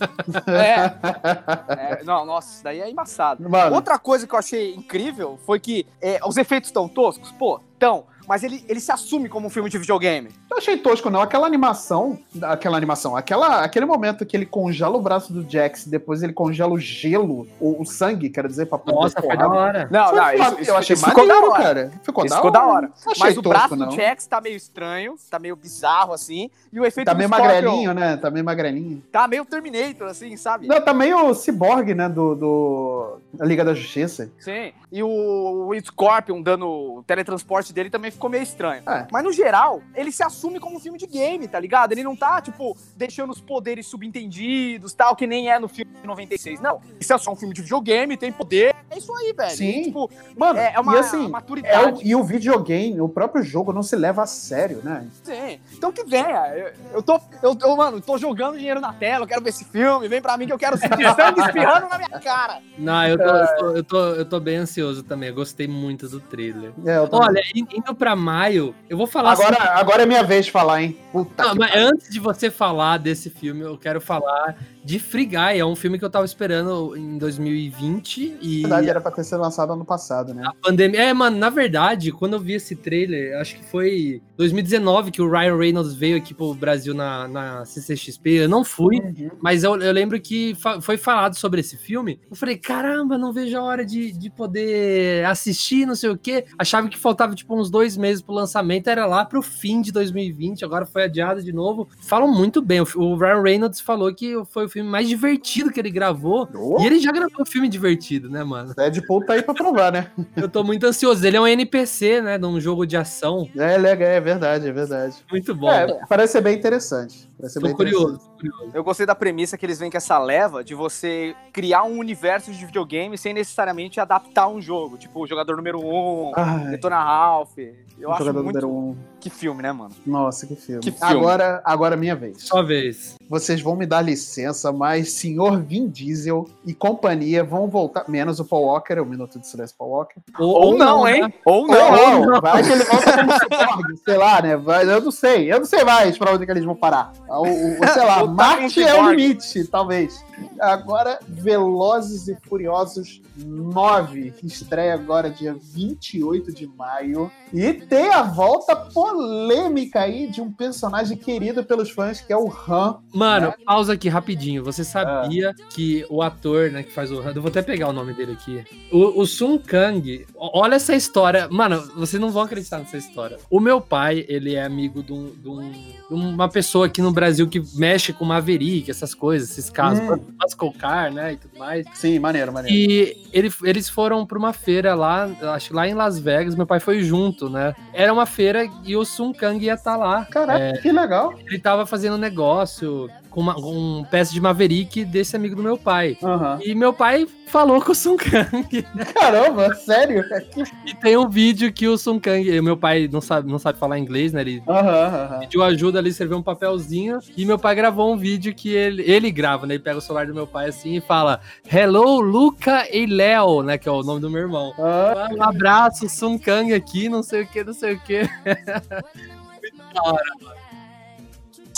É. É, não, nossa, isso daí é embaçado. Mano. Outra coisa que eu achei incrível foi que é, os efeitos estão toscos, pô, tão, mas ele, ele se assume como um filme de videogame. Eu achei tosco, não. Aquela animação, aquela animação, aquela, aquele momento que ele congela o braço do Jax, depois ele congela o gelo, o, o sangue, quero dizer, pra poder Nossa, foi da hora. Não, Foi não, foda. isso, isso, eu achei isso ficou maneiro, da hora. cara. Ficou Isso da ficou hora. da hora. Não achei Mas o tosco, braço não. do Jax tá meio estranho, tá meio bizarro, assim, e o efeito Tá do meio Scorpion magrelinho, né? Tá meio magrelinho. tá meio Terminator, assim, sabe? Não, tá meio ciborgue, né? Do, do... da Liga da Justiça. Sim. E o, o Scorpion dando o teletransporte dele também ficou meio estranho. É. Mas no geral, ele se assume como um filme de game, tá ligado? Ele não tá, tipo, deixando os poderes subentendidos, tal, que nem é no filme de noventa e seis. Não. Isso é só um filme de videogame, tem poder. É isso aí, velho. Sim. E, tipo, Mano, é, é uma e assim, é o, maturidade. e o videogame, o próprio jogo não se leva a sério, né? Sim. Então que venha. Eu, eu tô, eu, eu, mano, tô jogando dinheiro na tela, eu quero ver esse filme, vem pra mim que eu quero sentir sangue espirrando na minha cara. Não, eu tô, eu, tô, eu, tô, eu tô bem ansioso também. Eu gostei muito do trailer. É, eu tô- Olha, indo pra maio, eu vou falar agora, assim- agora é minha vez de falar, hein? Puta Não, que mas pariu. antes de você falar desse filme, eu quero falar de Free Guy. É um filme que eu tava esperando em dois mil e vinte e Na verdade, era pra ter sido lançado ano passado, né? a pandemia... É, mano, na verdade, quando eu vi esse trailer, acho que foi dois mil e dezenove que o Ryan Reynolds veio aqui pro Brasil na, na C C X P. Eu não fui, Uhum. mas eu, eu lembro que fa- foi falado sobre esse filme. Eu falei, caramba, não vejo a hora de, de poder assistir, não sei o quê. Achava que faltava, tipo, uns dois meses pro lançamento. Era lá pro fim de dois mil e vinte, agora foi adiado de novo. Falam muito bem. O, o Ryan Reynolds falou que foi o filme mais divertido que ele gravou. Oh, E ele já gravou um filme divertido, né, mano? Deadpool tá aí pra provar, né? Eu tô muito ansioso. Ele é um N P C, né, de um jogo de ação. É, legal, é verdade, é verdade. Muito bom. É, parece ser bem interessante. Parece ser tô bem curioso, interessante. tô curioso. Eu gostei da premissa que eles vêm com essa leva de você criar um universo de videogame sem necessariamente adaptar um jogo. Tipo, o jogador número um, Ai, Detona Ralph. Eu o acho jogador muito... número um. Que filme, né, mano? Nossa, que filme. Que filme. Agora, agora é minha vez. Só vez. Vocês vão me dar licença, mas senhor Vin Diesel e companhia vão voltar. Menos o Paul Walker, o Minuto de Silêncio Paul Walker. Ou, não, hein? né? Ou Não, não. não, vai que ele volta como cyborg, sei lá, né? Vai, eu não sei, eu não sei mais pra onde que eles vão parar. O, o- sei lá, Voltar Marte como é o cyborg. limite, talvez. Agora, Velozes e Furiosos nove, que estreia agora dia vinte e oito de maio. E tem a volta polêmica aí de um personagem querido pelos fãs, que é o Han. Mano, É. pausa aqui rapidinho. Você sabia que o ator, né, que faz o Han, eu vou até pegar o nome dele aqui. O, o Sun Kang, ó- olha essa história. Mano, vocês não vão acreditar nessa história. O meu pai, ele é amigo de, um- de um- de uma pessoa aqui no Brasil que mexe com Maverick, essas coisas, esses casos, Hum. Muscle Car, né, e tudo mais. Sim, maneiro, maneiro. E ele- eles foram pra uma feira lá, acho que lá em Las Vegas, meu pai foi junto, né? Era uma feira e o Sun Kang ia estar lá. Caraca, que legal. Ele tava fazendo um negócio com uma, com um peça de Maverick desse amigo do meu pai. Aham. E meu pai falou com o Sun Kang. Caramba, sério? E tem um vídeo que o Sun Kang, e meu pai não sabe, não sabe falar inglês, né? Ele Aham, aham. pediu ajuda ali, escreveu um papelzinho. E meu pai gravou um vídeo que ele, ele grava, né? Ele pega o celular do meu pai assim e fala: Hello, Luca e Léo, né? Que é o nome do meu irmão. Ah, Um abraço, Sun Kang aqui, não sei o que, não sei o que. Sensacional.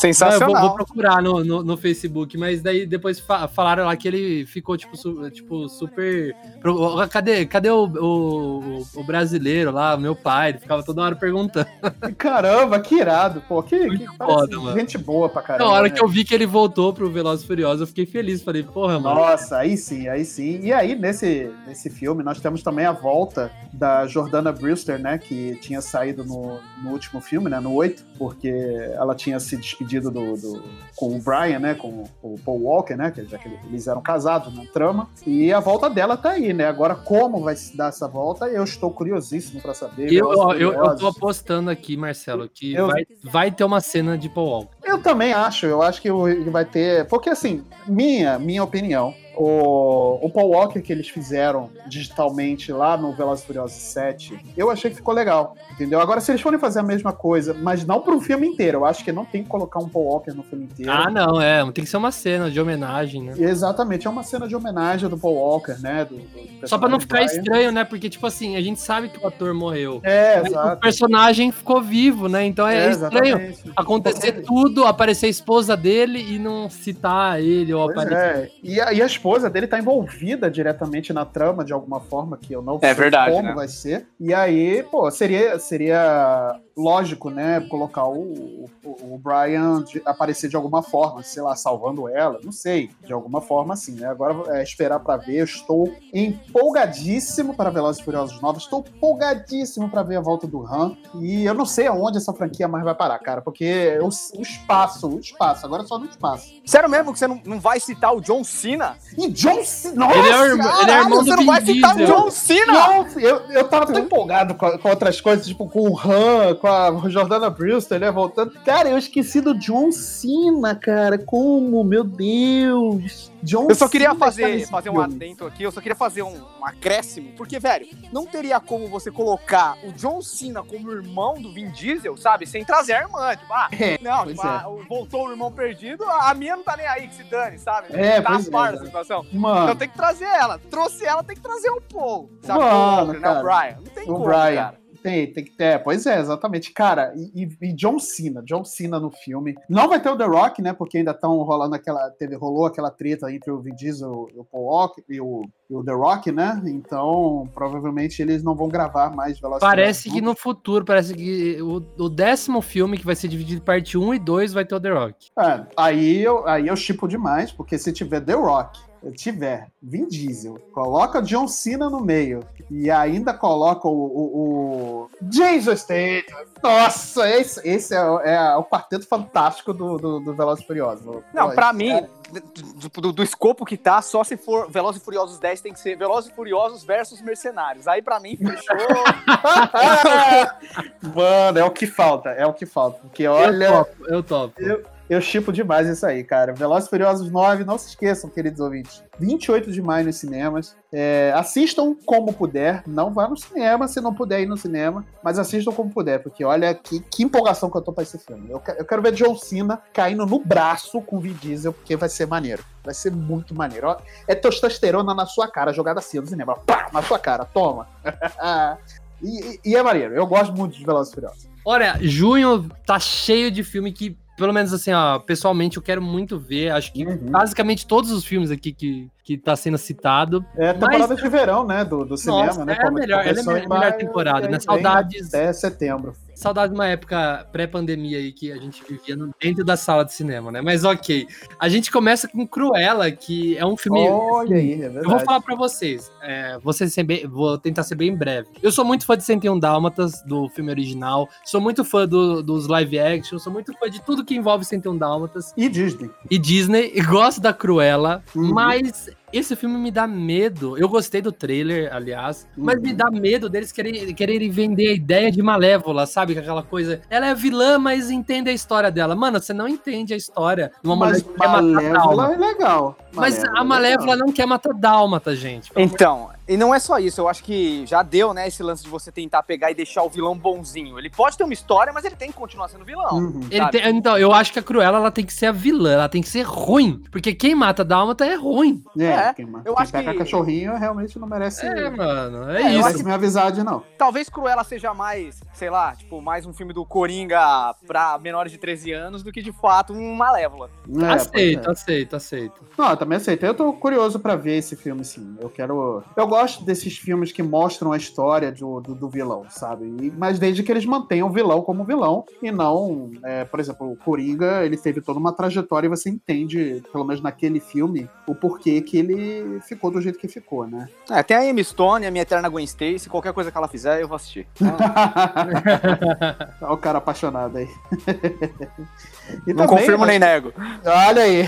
Sensacional. Não, eu vou, vou procurar no, no, no Facebook, mas daí depois fa falaram lá que ele ficou, tipo, su tipo super... Pro cadê, cadê o, o, o brasileiro lá, meu pai? Ele ficava toda hora perguntando. Caramba, que irado, pô. Que, que foda, mano. Gente boa pra caramba. Na hora né? que eu vi que ele voltou pro Velozes e Furiosos, eu fiquei feliz. Falei, porra, mano. Nossa, aí sim, aí sim. E aí, nesse, nesse filme, nós temos também a volta da Jordana Brewster, né? Que tinha saído no, no último filme, né? No oito, porque ela tinha se despedido do, do, com o Brian, né? Com o Paul Walker, né? Já que eles eram casados na trama. E a volta dela tá aí, né? Agora, como vai se dar essa volta, eu estou curiosíssimo pra saber. Eu, eu, eu, eu tô apostando aqui, Marcelo, que eu... vai, vai ter uma cena de Paul Walker. Eu também acho, eu acho que vai ter. Porque, assim, minha, minha opinião. O, o Paul Walker que eles fizeram digitalmente lá no Velozes e Furiosos sete, eu achei que ficou legal, entendeu? Agora, se eles forem fazer a mesma coisa, mas não pro filme inteiro, eu acho que não tem que colocar um Paul Walker no filme inteiro. Ah, não, é, tem que ser uma cena de homenagem, né? Exatamente, é uma cena de homenagem do Paul Walker, né? Do, do Só pra não ficar Brian. estranho, né? Porque, tipo assim, a gente sabe que o ator morreu. É, mas exato. o personagem ficou vivo, né? Então é, É, estranho exatamente. acontecer tudo, aparecer a esposa dele e não citar ele ou Pois aparecer. é. E a, e a esposa dele tá envolvida diretamente na trama de alguma forma, que eu não É sei verdade, como né? vai ser. E aí, pô, seria, seria lógico, né, colocar o, o, o Brian de, aparecer de alguma forma, sei lá, salvando ela, não sei, de alguma forma assim, né? Agora é esperar pra ver. Eu estou empolgadíssimo para Velozes e Furiosos nove, estou empolgadíssimo pra ver a volta do Han, e eu não sei aonde essa franquia mais vai parar, cara, porque o, o espaço, o espaço, agora é só no espaço. Sério mesmo que você não, não vai citar o John Cena? E John Cena, nossa, Ele é, o irmão, ele é irmão do você não Vin vai citar o Diesel. John Cena? Não, eu, eu tava tão empolgado com, com outras coisas, tipo com o Han, com a Jordana Brewster, né, voltando. Cara, eu esqueci do John Cena, cara. Como? Meu Deus. John Eu só queria Cena tá fazer, nesse fazer um filme. adendo aqui, eu só queria fazer um, um acréscimo, porque, velho, não teria como você colocar o John Cena como irmão do Vin Diesel, sabe? Sem trazer a irmã, tipo, ah, É, não, pois tipo, é. ah, o- voltou o irmão perdido, a minha não tá nem aí, que se dane, sabe? É, tá pois a par é, da né? situação. Mano, Então tem que trazer ela. Trouxe ela, tem que trazer o Paul, sabe? Mano, o Walker, né? cara. O Brian. Não tem o como, Brian. cara. Tem, tem que ter. Pois é, exatamente. Cara, e, e- e John Cena, John Cena no filme. Não vai ter o The Rock, né? Porque ainda estão rolando aquela. Teve, rolou aquela treta entre o Vin Diesel e o Paul Walker e o, e o The Rock, né? Então, provavelmente eles não vão gravar mais Velozes e Parece que Furiosos. no futuro, parece que o, o décimo filme, que vai ser dividido em parte um e dois, vai ter o The Rock. É, aí eu, aí eu chipo demais, porque se tiver The Rock, eu tiver Vin Diesel, coloca John Cena no meio e ainda coloca o, o, o Jason Statham. Nossa, esse, esse é, o- é o quarteto fantástico do, do, do Velozes e Furiosos. Não, Pô, pra esse mim, cara- do, do- do escopo que tá, só se for Velozes e Furiosos dez, tem que ser Velozes e Furiosos versus Mercenários. Aí pra mim, fechou. Mano, é o que falta, é o que falta. Porque Eu olha, topo, eu topo. eu chipo demais isso aí, cara. Velozes e Furiosos nove, não se esqueçam, queridos ouvintes. vinte e oito de maio nos cinemas. É, assistam como puder. Não vá no cinema se não puder ir no cinema, mas assistam como puder, porque olha que, que empolgação que eu tô pra esse filme. Eu, que- eu quero ver John Cena caindo no braço com o Vin Diesel, porque vai ser maneiro. Vai ser muito maneiro. Ó, é testosterona na sua cara, jogada assim no cinema. Pá, na sua cara, toma. e, e- e é maneiro. Eu gosto muito de Velozes e Furiosos. Olha, junho tá cheio de filme que, pelo menos assim, ó, pessoalmente eu quero muito ver. Acho que Uhum. basicamente todos os filmes aqui que, que tá sendo citado. É a temporada de verão, né, do, do cinema, Nossa, né? é a como melhor- ela é começou a em melhor maio, temporada, e aí né? vem Saudades. Até setembro. Saudade de uma época pré-pandemia aí que a gente vivia no- dentro da sala de cinema, né? Mas ok. A gente começa com Cruella, que é um filme. Olha aí, é verdade. Eu vou falar pra vocês, é, vou, ser bem- vou tentar ser bem breve. Eu sou muito fã de cento e um Dálmatas, do filme original, sou muito fã do- dos live action, sou muito fã de tudo que envolve cento e um Dálmatas E Disney. e Disney, e gosto da Cruella, Uhum. mas esse filme me dá medo. Eu gostei do trailer, aliás, mas Uhum. me dá medo deles quererem, quererem vender a ideia de Malévola, sabe? Com aquela coisa, ela é vilã, mas entende a história dela. Mano, você não entende a história de uma mulher Mas que quer matar Malévola Dálmata. é legal. Mas Malévola a é Malévola legal. não quer matar Dálmata, gente. Então, e não é só isso, eu acho que já deu, né, esse lance de você tentar pegar e deixar o vilão bonzinho. Ele pode ter uma história, mas ele tem que continuar sendo vilão. Uhum. Ele sabe? tem- então, eu acho que a Cruella ela tem que ser a vilã, ela tem que ser ruim. Porque quem mata Dálmata é ruim. É, É, Quem, eu quem acho pega que- cachorrinho realmente não merece, É, mano, é, É, eu não isso. merece minha amizade, não. Talvez Cruella seja mais, sei lá, tipo, mais um filme do Coringa pra menores de treze anos do que, de fato, um Malévola. É, aceito, pois é. aceito, aceito. Não, eu também aceito. Eu tô curioso pra ver esse filme, sim. Eu quero. Eu gosto desses filmes que mostram a história do, do, do vilão, sabe? E- mas desde que eles mantenham o vilão como vilão e não, é, por exemplo, o Coringa, ele teve toda uma trajetória e você entende, pelo menos naquele filme, o porquê que ele ficou do jeito que ficou, né? É, tem a Emma Stone, a minha eterna Gwen Stacy, qualquer coisa que ela fizer, eu vou assistir. Olha o cara apaixonado aí. E Não também, confirmo mas- nem nego. Olha aí.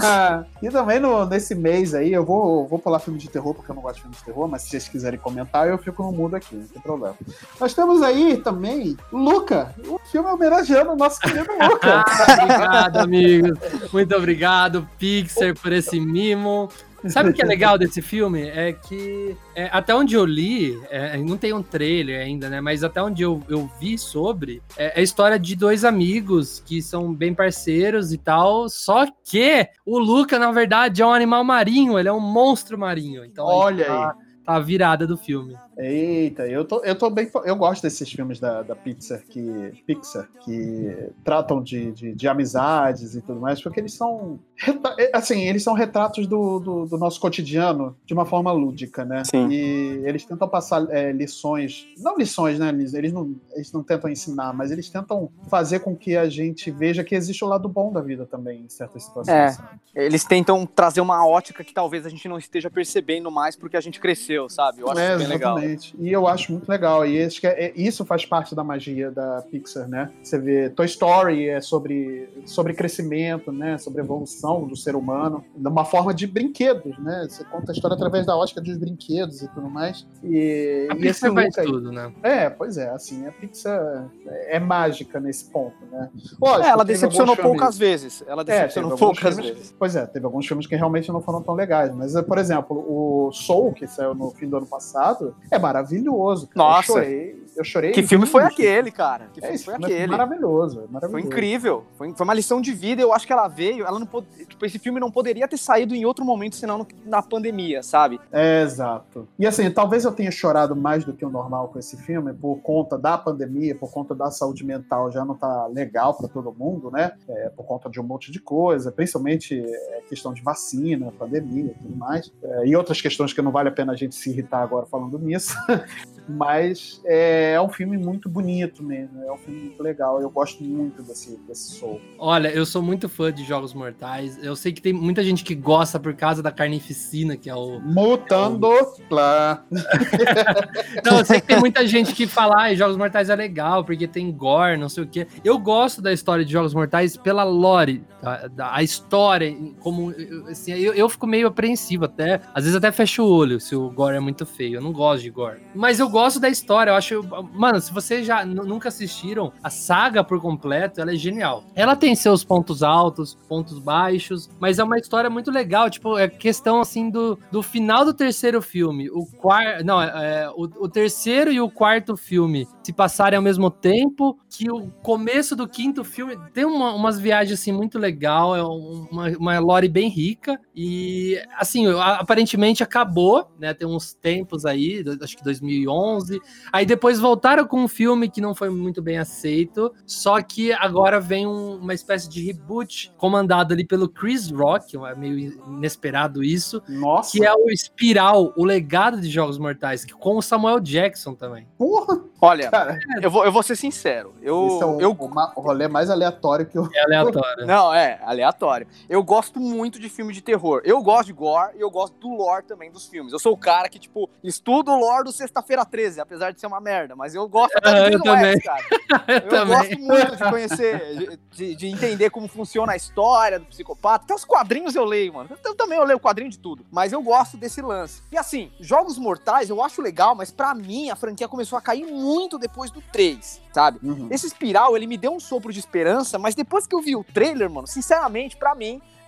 E também no, nesse mês aí, eu vou, vou pular filme de terror, porque eu não gosto de filme de terror, mas se vocês quiserem comentar, eu fico no mudo aqui, não tem problema. Nós temos aí também Luca, o filme homenageando o nosso querido Luca. Obrigado, amigos. Muito obrigado, Pixar, por esse mimo. Sabe o que é legal desse filme? É que, é, até onde eu li, é, não tem um trailer ainda, né? Mas até onde eu, eu vi sobre, é, é a história de dois amigos que são bem parceiros e tal. Só que o Luca, na verdade, é um animal marinho, ele é um monstro marinho. Então, Olha tá, tá a virada do filme. Eita, eu tô, eu tô bem. Eu gosto desses filmes da, da Pixar que, Pixar que tratam de, de, de amizades e tudo mais, porque eles são. reta- Assim, eles são retratos do, do, do nosso cotidiano de uma forma lúdica, né? Sim. E eles tentam passar é, lições. Não lições, né? Eles, eles, não, eles não tentam ensinar, mas eles tentam fazer com que a gente veja que existe o lado bom da vida também, em certas situações. É. sabe? Eles tentam trazer uma ótica que talvez a gente não esteja percebendo mais porque a gente cresceu, sabe? Eu acho É, isso bem legal. exatamente. E eu acho muito legal. E acho que é- é- isso faz parte da magia da Pixar, né? Você vê Toy Story é sobre, sobre crescimento, né? Sobre evolução do ser humano, de uma forma de brinquedos, né? Você conta a história através da ótica dos brinquedos e tudo mais. E, A e esse Pixar faz Luca aí. tudo, né? É, pois é, assim, a Pixar é mágica nesse ponto, né? Lógico, É, ela teve decepcionou alguns filmes- poucas vezes. Ela É, teve decepcionou alguns poucas filmes- vezes. Pois é, teve alguns filmes que realmente não foram tão legais. Mas, por exemplo, o Soul, que saiu no fim do ano passado, é maravilhoso. cara. Nossa. Eu chorei. Eu chorei. Que filme foi rindo. aquele, cara? Que É, filme esse foi filme é aquele? maravilhoso, é Foi maravilhoso. incrível. Foi, foi uma lição de vida. Eu acho que ela veio. Ela não pode, tipo, esse filme não poderia ter saído em outro momento, senão no- na pandemia, sabe? É, exato. E assim, talvez eu tenha chorado mais do que o normal com esse filme, por conta da pandemia, por conta da saúde mental já não tá legal para todo mundo, né? É, por conta de um monte de coisa, principalmente é, questão de vacina, pandemia e tudo mais. É, e outras questões que não vale a pena a gente se irritar agora falando nisso. Mas é, é um filme muito bonito mesmo, é um filme muito legal. Eu gosto muito desse, desse Soul. Olha, eu sou muito fã de Jogos Mortais. Eu sei que tem muita gente que gosta por causa da carnificina, que é o... Mutando lá. Não, eu sei que tem muita gente que fala, ah, Jogos Mortais é legal, porque tem gore, não sei o quê. Eu gosto da história de Jogos Mortais pela lore, da, da- a história, como, eu- assim, eu, eu fico meio apreensivo até, às vezes até fecho o olho se o gore é muito feio, eu não gosto de gore. Mas eu gosto da história, eu acho, mano, se vocês já n- nunca assistiram, a saga por completo, ela é genial. Ela tem seus pontos altos, pontos baixos, mas é uma história muito legal, tipo, é questão, assim, do, do final do terceiro filme, o quarto, não, é, é, o, o terceiro e o quarto filme se passarem ao mesmo tempo, que o começo do quinto filme tem uma- umas viagens, assim, muito legal, é um- uma, uma lore bem rica, e, assim, a- aparentemente acabou, né, tem uns tempos aí, do- acho que dois mil e onze, aí depois voltaram com um filme que não foi muito bem aceito, só que agora vem um- uma espécie de reboot comandado ali pelo Chris Rock, é meio inesperado isso, Nossa, que é o Espiral, o legado de Jogos Mortais, que- com o Samuel Jackson também. porra, Olha, cara. eu vou, eu vou ser sincero. Eu, Esse é o, eu, o ma- o rolê mais aleatório que eu. É aleatório. Não, é, aleatório. Eu gosto muito de filme de terror. Eu gosto de gore e eu gosto do lore também dos filmes. Eu sou o cara que, tipo, estuda o lore do Sexta-feira treze, apesar de ser uma merda, mas eu gosto até Ah, de eu Jason também. X, cara. Eu Eu também. gosto muito de conhecer, de, de entender como funciona a história do psicopata. Até os quadrinhos eu leio, mano. Eu também eu leio quadrinho de tudo. Mas eu gosto desse lance. E assim, Jogos Mortais eu acho legal, mas pra mim a franquia começou a cair muito depois do três, sabe? Uhum. Esse Espiral, ele me deu um sopro de esperança, mas depois que eu vi o trailer, mano, sinceramente, pra mim,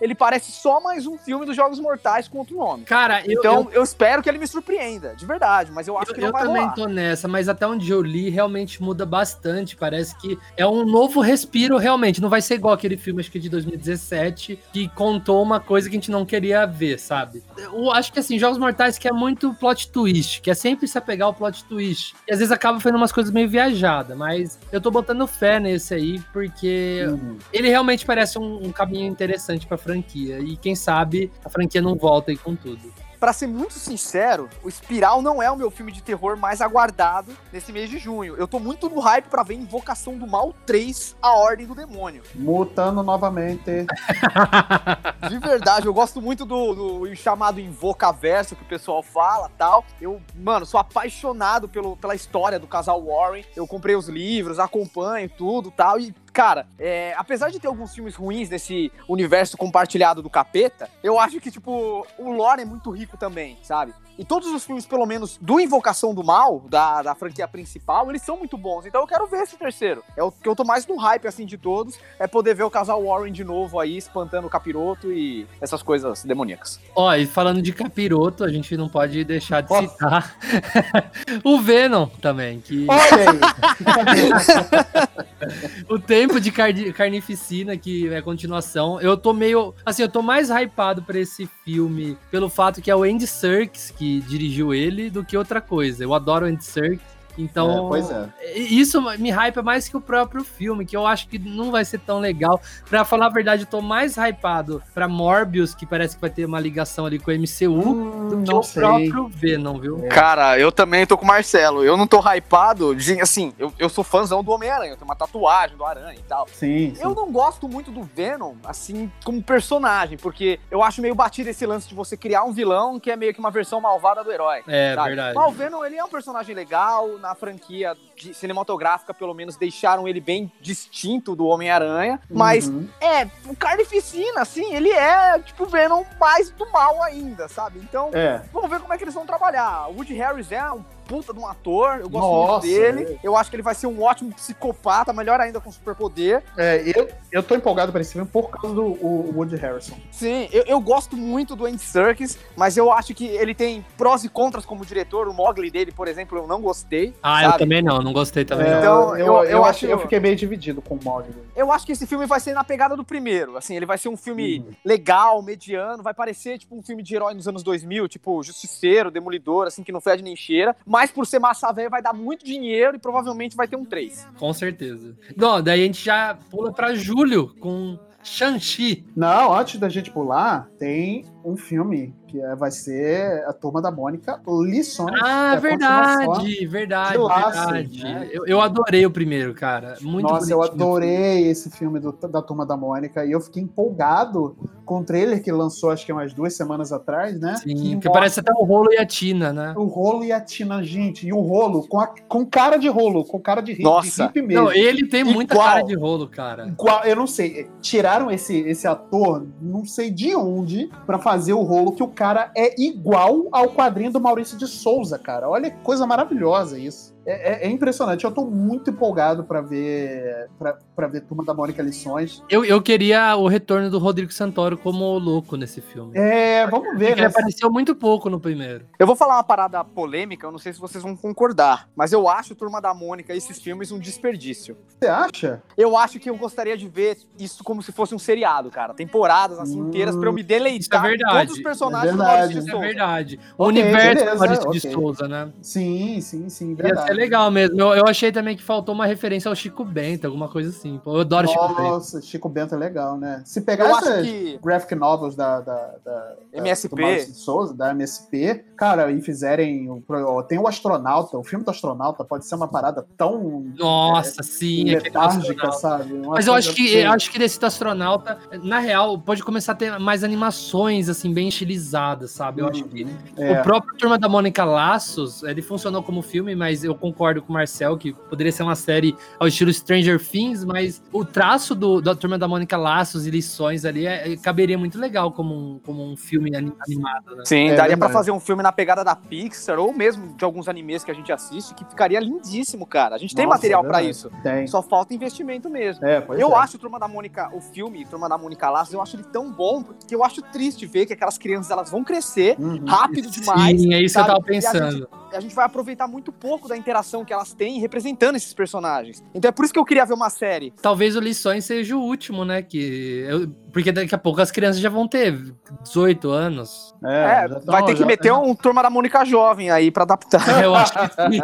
ele parece só mais um filme dos Jogos Mortais com outro nome. Cara, eu, Então, eu, eu espero que ele me surpreenda, de verdade, mas eu acho eu, que não eu vai também rolar. tô nessa, mas até onde eu li, realmente muda bastante. Parece que é um novo respiro, realmente. Não vai ser igual aquele filme, acho que de dois mil e dezessete, que contou uma coisa que a gente não queria ver, sabe? Eu acho que, assim, Jogos Mortais que é muito plot twist, que é sempre se apegar ao plot twist. E às vezes acaba fazendo umas coisas meio viajadas, mas eu tô botando fé nesse aí, porque Uhum. ele realmente parece um, um caminho interessante pra franquia. E quem sabe a franquia não volta aí com tudo. Pra ser muito sincero, o Espiral não é o meu filme de terror mais aguardado nesse mês de junho. Eu tô muito no hype pra ver Invocação do Mal três, A Ordem do Demônio. Mutando novamente. De verdade, eu gosto muito do, do chamado Invocaverso que o pessoal fala e tal. Eu, mano, sou apaixonado pelo, pela história do casal Warren. Eu comprei os livros, acompanho tudo e tal. E, cara, é, apesar de ter alguns filmes ruins nesse universo compartilhado do capeta, eu acho que, tipo, o lore é muito rico também, sabe? E todos os filmes, pelo menos, do Invocação do Mal, da, da franquia principal, eles são muito bons. Então eu quero ver esse terceiro. É o que eu tô mais no hype, assim, de todos, é poder ver o casal Warren de novo aí, espantando o capiroto e essas coisas demoníacas. Ó, e falando de capiroto, a gente não pode deixar de Posso? citar o Venom também, que Olha aí. o Tempo de Cardi- Carnificina, que é a continuação. Eu tô meio, assim, eu tô mais hypado pra esse filme pelo fato que é o Andy Serkis que dirigiu ele do que outra coisa. Eu adoro o Andy Serkis. Então, É, pois é. isso me hypa mais que o próprio filme, que eu acho que não vai ser tão legal. Pra falar a verdade, eu tô mais hypado pra Morbius, que parece que vai ter uma ligação ali com o M C U, Hum, do que não o sei. próprio Venom, viu? Cara, eu também tô com o Marcelo. Eu não tô hypado, de- assim, eu, eu sou fãzão do Homem-Aranha, eu tenho uma tatuagem do Aranha e tal. Sim, sim. Eu não gosto muito do Venom, assim, como personagem, porque eu acho meio batido esse lance de você criar um vilão que é meio que uma versão malvada do herói. É, sabe? verdade. Mas o Venom, ele é um personagem legal, na franquia de- cinematográfica, pelo menos, deixaram ele bem distinto do Homem-Aranha, mas Uhum. é, o Carnificina, assim, ele é, tipo, o Venom mais do mal ainda, sabe? Então, É. vamos ver como é que eles vão trabalhar. O Woody Harris é um puta de um ator, eu gosto Nossa, muito dele. é. Eu acho que ele vai ser um ótimo psicopata, melhor ainda com superpoder. É, eu, eu tô empolgado pra esse filme por causa do o Woody Harrison. Sim, eu, eu gosto muito do Andy Serkis, mas eu acho que ele tem prós e contras como diretor. O Mowgli dele, por exemplo, eu não gostei. Ah, eu sabe? também não, não gostei também É, não. Então, eu, eu- eu, eu acho, acho- eu fiquei meio dividido com o Mogli. Eu acho que esse filme vai ser na pegada do primeiro. Assim, ele vai ser um filme Uhum. legal, mediano, vai parecer tipo um filme de herói nos anos dois mil, tipo Justiceiro, Demolidor, assim, que não fede nem cheira. Mas por ser massa velha, vai dar muito dinheiro e provavelmente vai ter um três. Com certeza. Não, daí a gente já pula pra julho com Shang-Chi. Não, antes da gente pular, tem um filme que é- vai ser a Turma da Mônica Lições. Ah, que é a continuação. verdade, verdade, de Laços, verdade. né? Eu, eu adorei o primeiro, cara. Muito Nossa, eu bonitinho. adorei esse filme do- da Turma da Mônica e eu fiquei empolgado com o trailer que lançou acho que umas duas semanas atrás, né? Sim, que porque parece até o Rolo e a Tina, né? o rolo e a Tina, gente. E o rolo com, a- com cara de rolo, com cara de, ri- Nossa. de hippie mesmo. Não, ele tem muita Igual. cara de rolo, cara. Igual, eu não sei, tiraram esse, esse ator, não sei de onde, pra fazer o rolo, que o cara é igual ao quadrinho do Maurício de Souza, cara. Olha que coisa maravilhosa isso. É, é- é impressionante, eu tô muito empolgado pra ver pra, pra ver Turma da Mônica Lições. Eu, eu queria o retorno do Rodrigo Santoro como o louco nesse filme. É, vamos ver, Ele né? apareceu muito pouco no primeiro. Eu vou falar uma parada polêmica, eu não sei se vocês vão concordar, mas eu acho Turma da Mônica e esses filmes um desperdício. Você acha? Eu acho que eu gostaria de ver isso como se fosse um seriado, cara. Temporadas assim Hum, inteiras pra eu me isso deleitar é com verdade. todos os personagens É do Maurício verdade. de Isso é Souza. verdade. O Ok, universo beleza, do Maurício ok. de Souza, né? Sim, sim, sim, Ia verdade. ser legal mesmo. Eu, eu achei também que faltou uma referência ao Chico Bento, alguma coisa assim. Pô, eu adoro Chico Bento. Nossa, Chico Bento é legal, né? Se pegar Eu acho essas que graphic novels da, da, da, M S P. do Maurício de Souza, da M S P, cara, e fizerem. o- ó, Tem o Astronauta, o filme do Astronauta pode ser uma parada tão Nossa, sim. aquele letárgica, astronauta. sabe? Uma Mas eu coisa acho que assim. eu acho que desse do astronauta, na real, pode começar a ter mais animações, assim, bem estilizadas, sabe? Eu acho que É. o próprio Turma da Mônica Laços, ele funcionou como filme, mas eu concordo com o Marcel que poderia ser uma série ao estilo Stranger Things, mas o traço do, da Turma da Mônica, laços e lições ali, é, caberia muito legal como um, como um filme animado, né? Sim, É daria verdade. pra fazer um filme na pegada da Pixar, ou mesmo de alguns animes que a gente assiste, que ficaria lindíssimo, cara. A gente tem Nossa, material é pra verdade. isso. Tem. Só falta investimento mesmo. É, pois Eu é. acho o Turma da Mônica, o filme Turma da Mônica Laços, eu acho ele tão bom, porque eu acho triste ver que aquelas crianças, elas vão crescer Uhum. rápido demais. Sim, é isso sabe? que eu tava E a gente- pensando. A gente vai aproveitar muito pouco da interação que elas têm representando esses personagens. Então é por isso que eu queria ver uma série. Talvez o Lições seja o último, né? Que eu- porque daqui a pouco as crianças já vão ter dezoito anos. É, já vai tão- ter que já- meter um Turma da Mônica jovem aí pra adaptar. Eu acho que sim.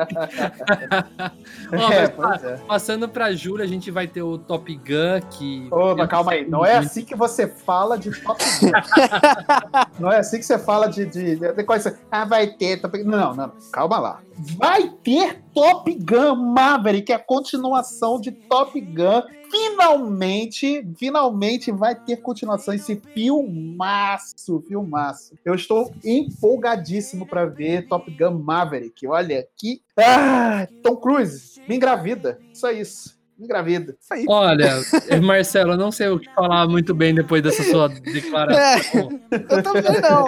Ó, É, mas, pois é. passando pra Júlia, a gente vai ter o Top Gun, que... Opa, calma aí. Não é assim que você fala de Top Gun. Não é assim que você fala de. de, de coisa, ah, vai ter Top Gun. Não, não, calma lá. Vai ter Top Gun Maverick, que é a continuação de Top Gun. Finalmente, finalmente vai ter continuação. Esse filmaço, filmaço. Eu estou empolgadíssimo para ver Top Gun Maverick. Olha que. Ah, Tom Cruise, me engravida. Só isso. Me engravida. Isso aí. Olha, Marcelo, eu não sei o que falar muito bem depois dessa sua declaração. Eu também não.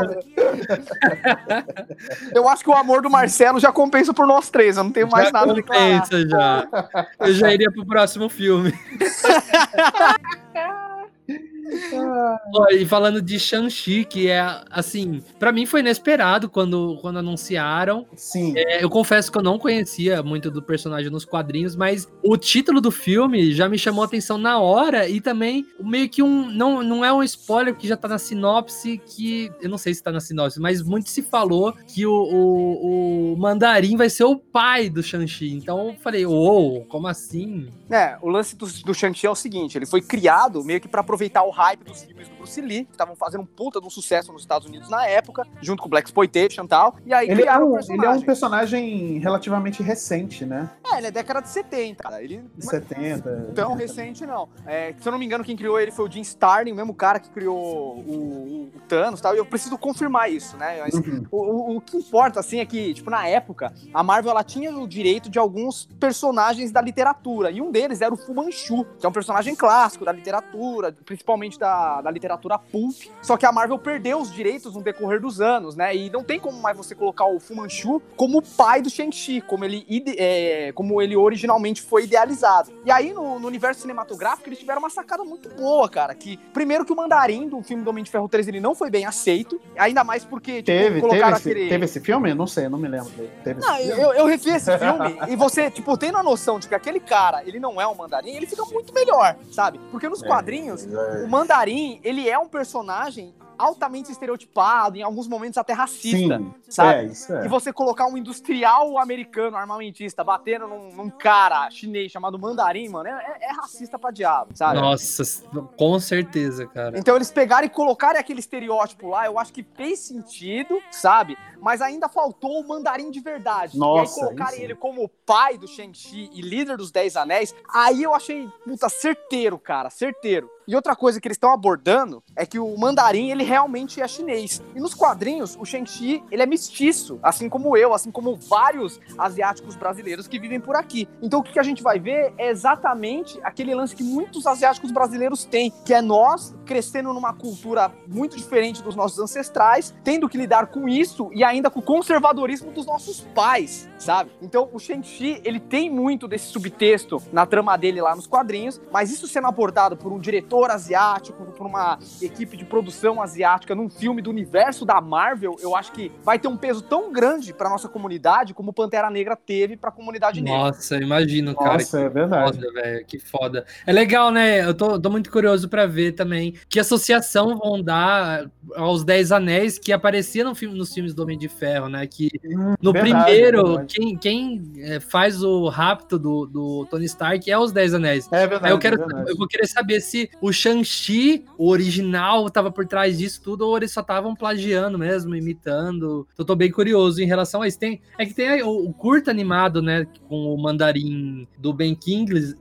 Eu acho que o amor do Marcelo já compensa por nós três. Eu não tenho mais Já nada a declarar. compensa, já. Eu já iria pro próximo filme. Ó, e falando de Shang-Chi, que é, assim, pra mim foi inesperado quando, quando anunciaram. Sim. É, eu confesso que eu não conhecia muito do personagem nos quadrinhos, mas o título do filme já me chamou a atenção na hora e também meio que um... Não, não é um spoiler que já tá na sinopse, que... Eu não sei se tá na sinopse, mas muito se falou que o, o, o Mandarim vai ser o pai do Shang-Chi. Então eu falei, uou, como assim? É, o lance do, do Shang-Chi é o seguinte, ele foi criado meio que pra aproveitar o hype dos filmes do Bruce Lee, que estavam fazendo um puta de um sucesso nos Estados Unidos na época, junto com o Blaxploitation e tal, e aí Ele é, criaram um, o ele é um personagem. personagem relativamente recente, né? É, ele é década de setenta, cara. Ele De setenta. tão recente, não. É, se eu não me engano, quem criou ele foi o Jim Starlin, o mesmo cara que criou o, o, o Thanos e tal, e eu preciso confirmar isso, né? Mas Uhum. o, o, o que importa, assim, é que, tipo, na época, a Marvel, ela tinha o direito de alguns personagens da literatura, e um deles era o Fu Manchu, que é um personagem clássico da literatura, principalmente da, da literatura pulp, só que a Marvel perdeu os direitos no decorrer dos anos, né? E não tem como mais você colocar o Fu Manchu como o pai do Shang-Chi, como ele, ide- é, como ele originalmente foi idealizado. E aí, no, no universo cinematográfico, eles tiveram uma sacada muito boa, cara, que, primeiro que o Mandarim do filme do Homem de Ferro três, ele não foi bem aceito, ainda mais porque, tipo, Teve, teve, colocaram esse, aquele... teve esse filme? Não sei, não me lembro dele. Teve esse Não, filme? eu, eu revi esse filme e você, tipo, tendo a noção de que aquele cara, ele não é um mandarim, ele fica muito melhor, sabe? Porque nos É, quadrinhos, é. o mandarim, ele é um personagem altamente estereotipado, em alguns momentos até racista, Sim, sabe? é, isso é. E você colocar um industrial americano, armamentista, batendo num, num cara chinês chamado mandarim, mano, é, é- é racista pra diabo, sabe? Nossa, com certeza, cara. Então eles pegaram e colocaram aquele estereótipo lá, eu acho que fez sentido, sabe? Mas ainda faltou o mandarim de verdade. Nossa, e aí colocarem isso. ele como pai do Shang-Chi e líder dos Dez Anéis, aí eu achei, puta, certeiro, cara, certeiro. E outra coisa que eles estão abordando é que o mandarim, ele realmente é chinês. E nos quadrinhos, o Shang-Chi, ele é mestiço, assim como eu, assim como vários asiáticos brasileiros que vivem por aqui. Então o que que a gente vai ver é exatamente aquele lance que muitos asiáticos brasileiros têm, que é nós crescendo numa cultura muito diferente dos nossos ancestrais, tendo que lidar com isso e ainda com o conservadorismo dos nossos pais, sabe? Então o Shang-Chi, ele tem muito desse subtexto na trama dele lá nos quadrinhos, mas isso sendo abordado por um diretor asiático, por uma equipe de produção asiática num filme do universo da Marvel, eu acho que vai ter um peso tão grande pra nossa comunidade como Pantera Negra teve pra comunidade negra. Nossa, imagino, cara. Nossa, é verdade. Foda, velho, que foda. É legal, né? Eu tô, tô muito curioso pra ver também que associação vão dar aos Dez Anéis que aparecia no filme, nos filmes do Homem de Ferro, né? Que no verdade, primeiro, verdade. quem, quem é, faz o rapto do, do Tony Stark é os Dez Anéis. É verdade. Aí eu quero, é verdade. eu vou querer saber se o Shang-Chi, o original, tava por trás disso tudo, ou eles só estavam plagiando mesmo, imitando. Eu tô bem curioso em relação a isso. Tem, é que tem o, o curta animado, né, com o mandarim do Ben Kingsley,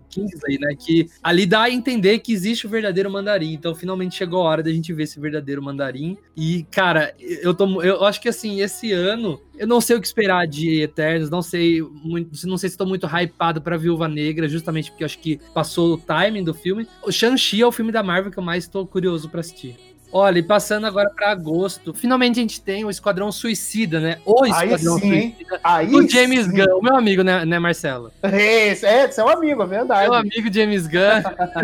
Kingsley, né? Que ali dá a entender que existe o verdadeiro mandarim. Então, finalmente chegou a hora da gente ver esse verdadeiro mandarim. E, cara, eu, tô, eu acho que, assim, esse ano... Eu não sei o que esperar de Eternos, não sei muito, não sei se estou muito hypado pra Viúva Negra, justamente porque eu acho que passou o timing do filme. O Shang-Chi é o filme da Marvel que eu mais estou curioso pra assistir. Olha, e passando agora pra agosto, finalmente a gente tem o Esquadrão Suicida, né? O Esquadrão Aí sim, Suicida Aí do James sim. Gunn, o meu amigo, né, né Marcelo? Esse, é, seu amigo, é verdade. Meu amigo James Gunn.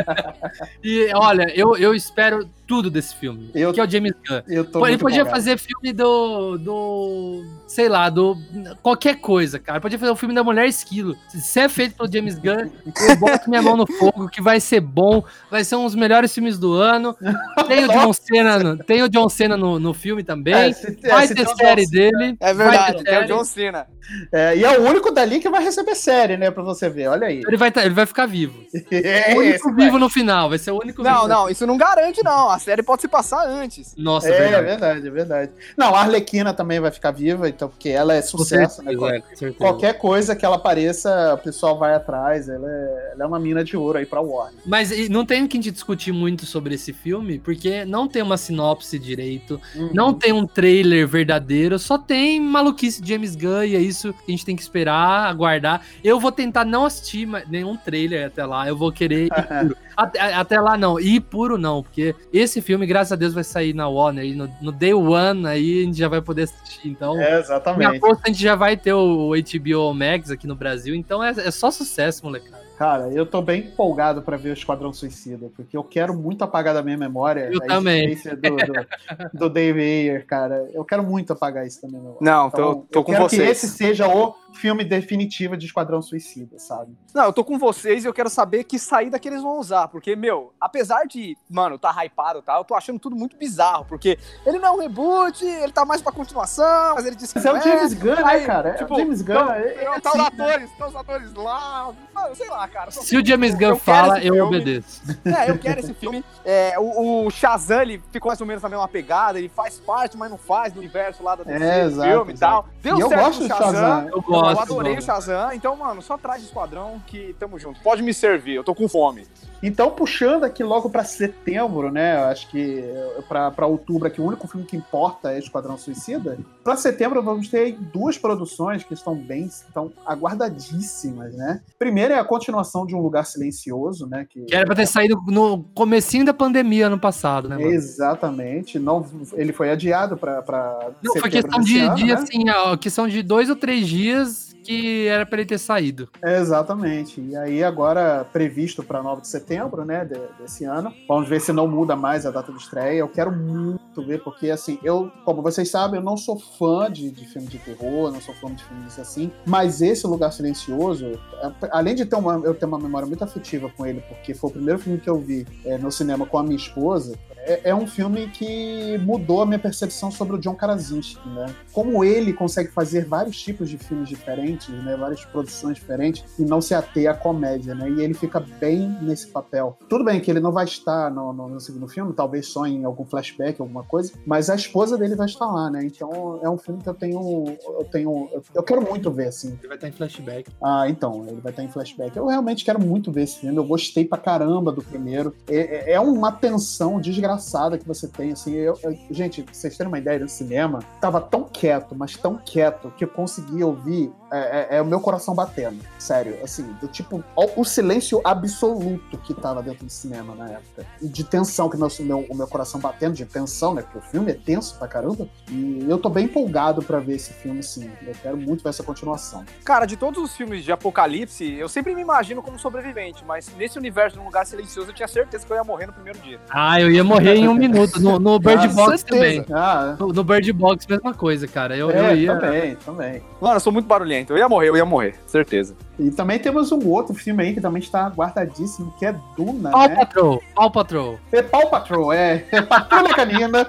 E olha, eu, eu espero tudo desse filme, Eu- que é o James Gunn. Eu tô Pô, ele muito podia empolgado. fazer filme do, do... sei lá, do... qualquer coisa, cara. Podia fazer o filme da Mulher Esquilo. Se é feito pelo James Gunn, eu boto minha mão no fogo, que vai ser bom. Vai ser um dos melhores filmes do ano. Tem o John Cena no, tem o John Cena no, no filme também. É, se- é, vai se ter tem o série John- dele. É vai verdade, ter tem o série. John Cena. É, e é o único dali que vai receber série, né? Pra você ver, olha aí. Ele vai, tá- ele vai ficar vivo. É, O único esse vivo vai. no final. Vai ser o único Não, vivo. não, isso não garante, não. A série pode se passar antes. Nossa, É, é verdade. verdade, é verdade. Não, a Arlequina também vai ficar viva, então, porque ela é Com sucesso, né? certeza, é, com certeza. Qualquer coisa que ela apareça, o pessoal vai atrás. Ela é, ela é uma mina de ouro aí pra Warner. Mas e, não tem que a gente discutir muito sobre esse filme, porque não tem uma sinopse direito, Uhum. não tem um trailer verdadeiro, só tem maluquice de James Gunn, e é isso que a gente tem que esperar, aguardar. Eu vou tentar não assistir ma- nenhum trailer até lá, eu vou querer ir puro. Até, até lá não, ir puro não, porque esse filme, graças a Deus, vai sair na Warner, aí no, no Day One, aí a gente já vai poder assistir, então... É, Em exatamente. agosto a gente já vai ter o H B O Max aqui no Brasil, então é, é só sucesso, molecada. Cara, eu tô bem empolgado pra ver o Esquadrão Suicida, porque eu quero muito apagar da minha memória Eu a também. existência do, do, do Dave Ayer, cara. Eu quero muito apagar isso da minha memória. Não, tô, Então, tô eu com quero que vocês. esse seja o filme definitivo de Esquadrão Suicida, sabe? Não, eu tô com vocês e eu quero saber que saída que eles vão usar. Porque, meu, apesar de, mano, tá hypado e tal, eu tô achando tudo muito bizarro. Porque ele não é um reboot, ele tá mais pra continuação, mas ele disse que Mas é não o James Gunn, né, Aí, cara? É tipo, o James Gunn. Então, é- é tá os assim, atores, estão os atores lá. Mano, sei lá, cara. Se o James Gunn eu quero fala, esse eu filme. obedeço. É, eu quero esse filme. É, o, o Shazam, ele ficou mais ou menos na mesma pegada, ele faz parte, mas não faz do universo lá da D C, É, do exato, filme e exato. tal. Deu E eu certo gosto com o do Shazam. Eu Eu, gosto, adorei mano. o Shazam, então, mano, só traz o Esquadrão que tamo junto. Pode me servir, eu tô com fome. Então, puxando aqui logo pra setembro, né? Eu acho que pra, pra outubro aqui, o único filme que importa é Esquadrão Suicida. Pra setembro, vamos ter aí duas produções que estão bem, estão aguardadíssimas, né? Primeiro é a continuação de Um Lugar Silencioso, né? Que, Que era pra ter saído no comecinho da pandemia ano passado, né, mano? Exatamente. Não, ele foi adiado pra. pra Não, foi setembro questão desse de, ano, de né? assim, ó, questão de dois ou três dias que era pra ele ter saído. Exatamente. E aí, agora, previsto para nove de setembro, né, de- desse ano. Vamos ver se não muda mais a data de estreia. Eu quero muito ver, porque, assim, eu, como vocês sabem, eu não sou fã de, de filme de terror, não sou fã de filmes assim, mas esse Lugar Silencioso, é, além de ter uma, eu ter uma memória muito afetiva com ele, porque foi o primeiro filme que eu vi é, no cinema com a minha esposa, é, é um filme que mudou a minha percepção sobre o John Krasinski, né? Como ele consegue fazer vários tipos de filmes diferentes, né? Várias produções diferentes, e não se ater à comédia, né? E ele fica bem nesse papel. Tudo bem que ele não vai estar no, no, no segundo filme, talvez só em algum flashback, alguma coisa, mas a esposa dele vai estar lá, né? Então é um filme que eu tenho. Eu tenho. Eu quero muito ver, assim. Ele vai estar em flashback. Ah, então, ele vai estar em flashback. Eu realmente quero muito ver esse filme. Eu gostei pra caramba do primeiro. É, é- é uma tensão desgraçada que você tem, assim. Eu, eu- gente, pra vocês terem uma ideia, no cinema, tava tão quieto, mas tão quieto, que eu conseguia ouvir é, é- é o meu coração batendo. Sério, assim, do tipo, o, o silêncio absoluto que tava dentro do cinema na época. E de tensão, que meu, meu, o meu coração batendo, de tensão, né? Porque o filme é tenso pra caramba. E eu tô bem empolgado pra ver esse filme, sim. Eu quero muito ver essa continuação. Cara, de todos os filmes de apocalipse, eu sempre me imagino como sobrevivente, mas nesse universo de Um Lugar Silencioso eu tinha certeza que eu ia morrer no primeiro dia. Ah, eu ia morrer em um minuto. No, no Bird Ah, Box certeza. também. Ah, No, no Bird Box, mesma coisa, cara. Eu, é, eu ia. também, também. Mano, eu sou muito barulhento. Eu ia morrer, eu ia morrer, certeza. E também temos um outro filme aí que também está guardadíssimo, que é Duna, Paw né? Patrol, Paw Patrol. É Paw Patrol, é. É Patrulha Canina.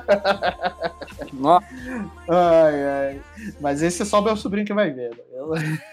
Ó, Ai, ai. Mas esse é só meu sobrinho que vai ver. Né? Eu-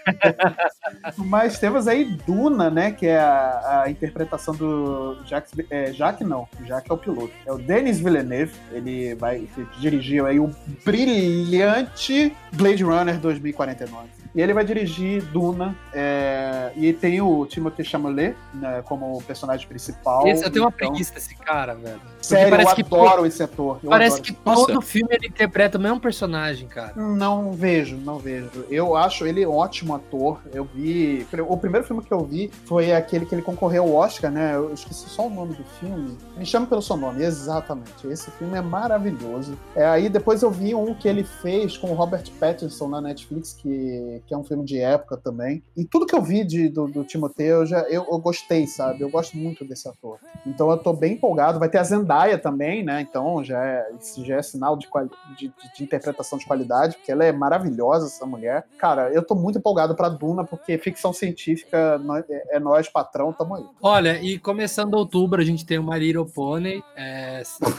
Mas temos aí Duna, né? Que é a, a interpretação do Jacques... É, Jacques não, Jacques é o piloto. É o Denis Villeneuve. Ele vai dirigir aí o brilhante Blade Runner dois mil e quarenta e nove. e ele vai dirigir Duna, é, e tem o Timothée Chalamet, né, como personagem principal. Esse, eu tenho uma então... preguiça desse cara, velho. Sério, parece eu que adoro todo, esse ator. Eu parece adoro. que todo Nossa. filme ele interpreta o mesmo personagem, cara. Não vejo, não vejo. Eu acho ele ótimo ator. Eu vi... O primeiro filme que eu vi foi aquele que ele concorreu ao Oscar, né? Eu esqueci só o nome do filme. Me chama pelo seu nome, exatamente. Esse filme é maravilhoso. É, aí depois eu vi um que ele fez com o Robert Pattinson na Netflix, que, que é um filme de época também. E tudo que eu vi de, do, do Timothée, eu, já, eu, eu gostei, sabe? Eu gosto muito desse ator. Então eu tô bem empolgado. Vai ter a Zendaya também, né? Então já é, isso já é sinal de, quali- de, de, de interpretação de qualidade, porque ela é maravilhosa, essa mulher. Cara, eu tô muito empolgado pra Duna, porque ficção científica é, é nós, patrão, tamo aí. Olha, e começando outubro, a gente tem o My Little Pony. É...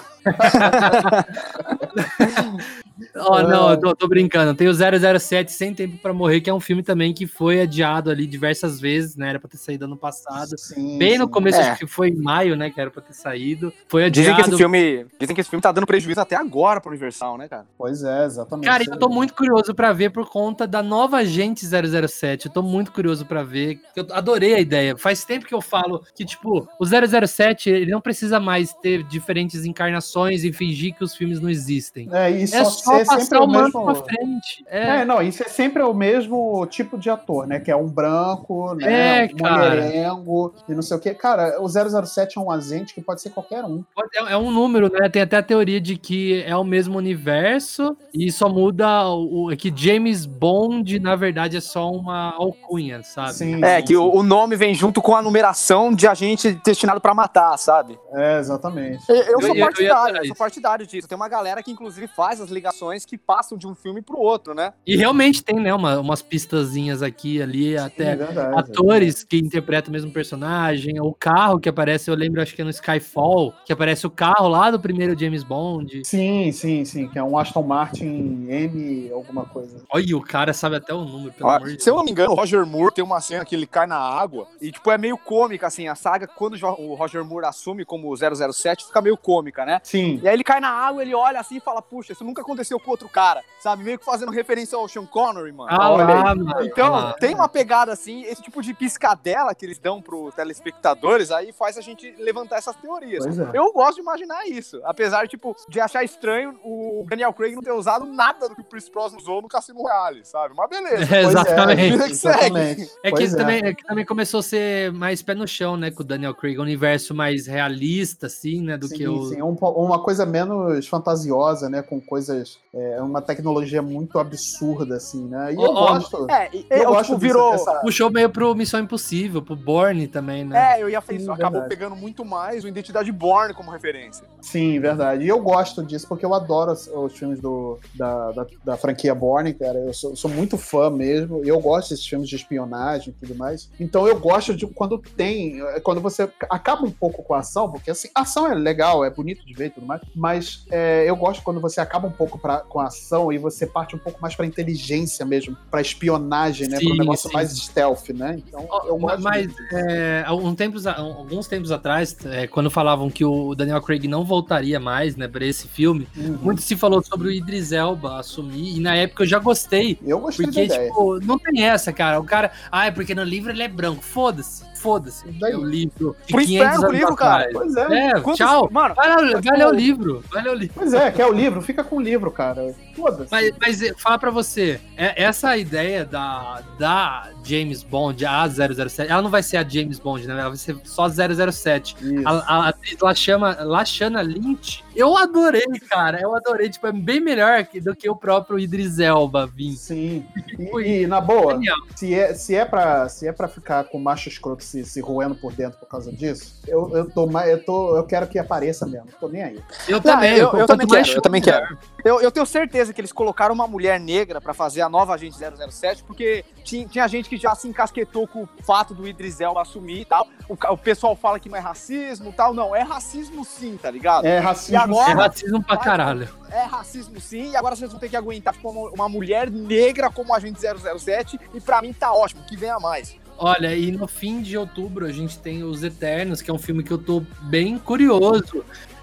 Oh, não, eu tô, tô brincando. Tem o zero zero sete Sem Tempo Pra Morrer, que é um filme também que foi adiado ali diversas vezes, né? Era pra ter saído ano passado. Sim, Bem sim. no começo, é. acho que foi em maio, né? Que era pra ter saído. Foi adiado. Dizem que esse filme, dizem que esse filme tá dando prejuízo até agora pro Universal, né, cara? Pois é, exatamente. Cara, eu tô muito curioso pra ver por conta da nova Agente zero zero sete. Eu tô muito curioso pra ver. Eu adorei a ideia. Faz tempo que eu falo que, tipo, o zero zero sete, ele não precisa mais ter diferentes encarnações e fingir que os filmes não existem. É, isso é só passar o manto pra frente. É. é, não, isso é sempre o mesmo tipo de ator, né? Que é um branco, né? É, um mulherengo e não sei o quê. Cara, o zero zero sete é um agente que pode ser qualquer um. É, é um número, né? Tem até a teoria de que é o mesmo universo e só muda o, é que James Bond, na verdade, é só uma alcunha, sabe? Sim, é, sim, que sim. O, o nome vem junto com a numeração de agente destinado pra matar, sabe? É, exatamente. Eu, eu sou eu, partidário, eu, eu, eu sou partidário disso. Tem uma galera que, inclusive, faz as ligações que passam de um filme pro outro, né? E realmente tem, né, uma, umas pistazinhas aqui ali, sim, até é verdade, atores é que interpretam o mesmo personagem, o carro que aparece, eu lembro, acho que é no Skyfall, que aparece o carro lá do primeiro James Bond. Sim, sim, sim, que é um Aston Martin M alguma coisa. Olha, o cara sabe até o número, pelo ah, amor de Deus. Se eu não me engano, o Roger Moore tem uma cena que ele cai na água e, tipo, é meio cômica, assim, a saga, quando o Roger Moore assume como zero zero sete, fica meio cômica, né? Sim. E aí ele cai na água, ele olha assim e fala, puxa, isso nunca aconteceu com outro cara, sabe? Meio que fazendo referência ao Sean Connery, mano. Ah, olha lá, mano. Então, ah, tem uma pegada assim, esse tipo de piscadela que eles dão pro telespectadores, aí faz a gente levantar essas teorias. É. Eu gosto de imaginar isso, apesar, tipo, de achar estranho o Daniel Craig não ter usado nada do que o Chris Brosnan usou no Cassino Royale, sabe? Mas beleza. É, exatamente. É, exatamente. É que, é. Também, é que também começou a ser mais pé no chão, né, com o Daniel Craig, um universo mais realista, assim, né, do sim, que o... Sim, um, uma coisa menos fantasiosa, né, com coisas, é, uma tecnologia muito absurda, assim, né, e oh, eu gosto... É, eu, eu gosto tipo, virou... Dessa... Puxou meio pro Missão Impossível, pro Bourne também, né? É, eu ia fazer isso, acabou verdade. pegando muito mais o Identidade Bourne como referência. Sim, verdade, e eu gosto disso, porque eu adoro os, os filmes do, da, da, da franquia Bourne, cara, eu sou, sou muito fã mesmo, e eu gosto desses filmes de espionagem e tudo mais, então eu gosto de quando tem, quando você acaba um pouco com a ação, porque assim, a ação é legal, é bonito de ver e tudo mais, mas é, eu gosto quando você acaba um pouco pra, com a ação e você parte um pouco mais pra inteligência mesmo, pra espionagem, né, sim, pro negócio sim. mais stealth, né, então eu gosto. Mas é, um tempos, alguns tempos atrás, é, quando falavam que o Daniel Craig não voltaria mais, né, pra esse filme, uhum. muito se falou sobre o Idris Elba assumir, e na época eu já gostei. Eu gostei porque, da ideia. Tipo, não tem essa, cara, o cara, ah, é porque no livro ele é branco, foda-se. Foda-se. É o livro. Pro inferno o livro, cara. Pois é. É, Quantos... tchau. Mano, vai, vai, vai ler o livro. Vai ler o livro. Pois é, quer o livro? Fica com o livro, cara. Foda-se. Mas, mas fala pra você, essa ideia da, da James Bond, a zero zero sete, ela não vai ser a James Bond, né? Ela vai ser só zero zero sete. A, a atriz Lashana, Lashana Lynch, eu adorei, cara. Eu adorei. Tipo, é bem melhor do que o próprio Idris Elba vir. Sim. E, e na boa, se é, se, é pra, se é pra ficar com o macho escroto se, se roendo por dentro por causa disso, eu, eu, tô, eu, tô, eu quero que apareça mesmo. Não tô nem aí. Eu também. Não, eu, eu, eu também quero. Eu também quero. Eu, eu tenho certeza que eles colocaram uma mulher negra pra fazer a nova Agente zero zero sete, porque tinha, tinha gente que já se encasquetou com o fato do Idris Elba assumir e tal. O, o pessoal fala que não é racismo e tal. Não, é racismo sim, tá ligado? É racismo, agora, é racismo pra caralho. É racismo sim, e agora vocês vão ter que aguentar tipo, uma, uma mulher negra como Agente zero zero sete, e pra mim tá ótimo, que venha mais. Olha, e no fim de outubro a gente tem Os Eternos, que é um filme que eu tô bem curioso.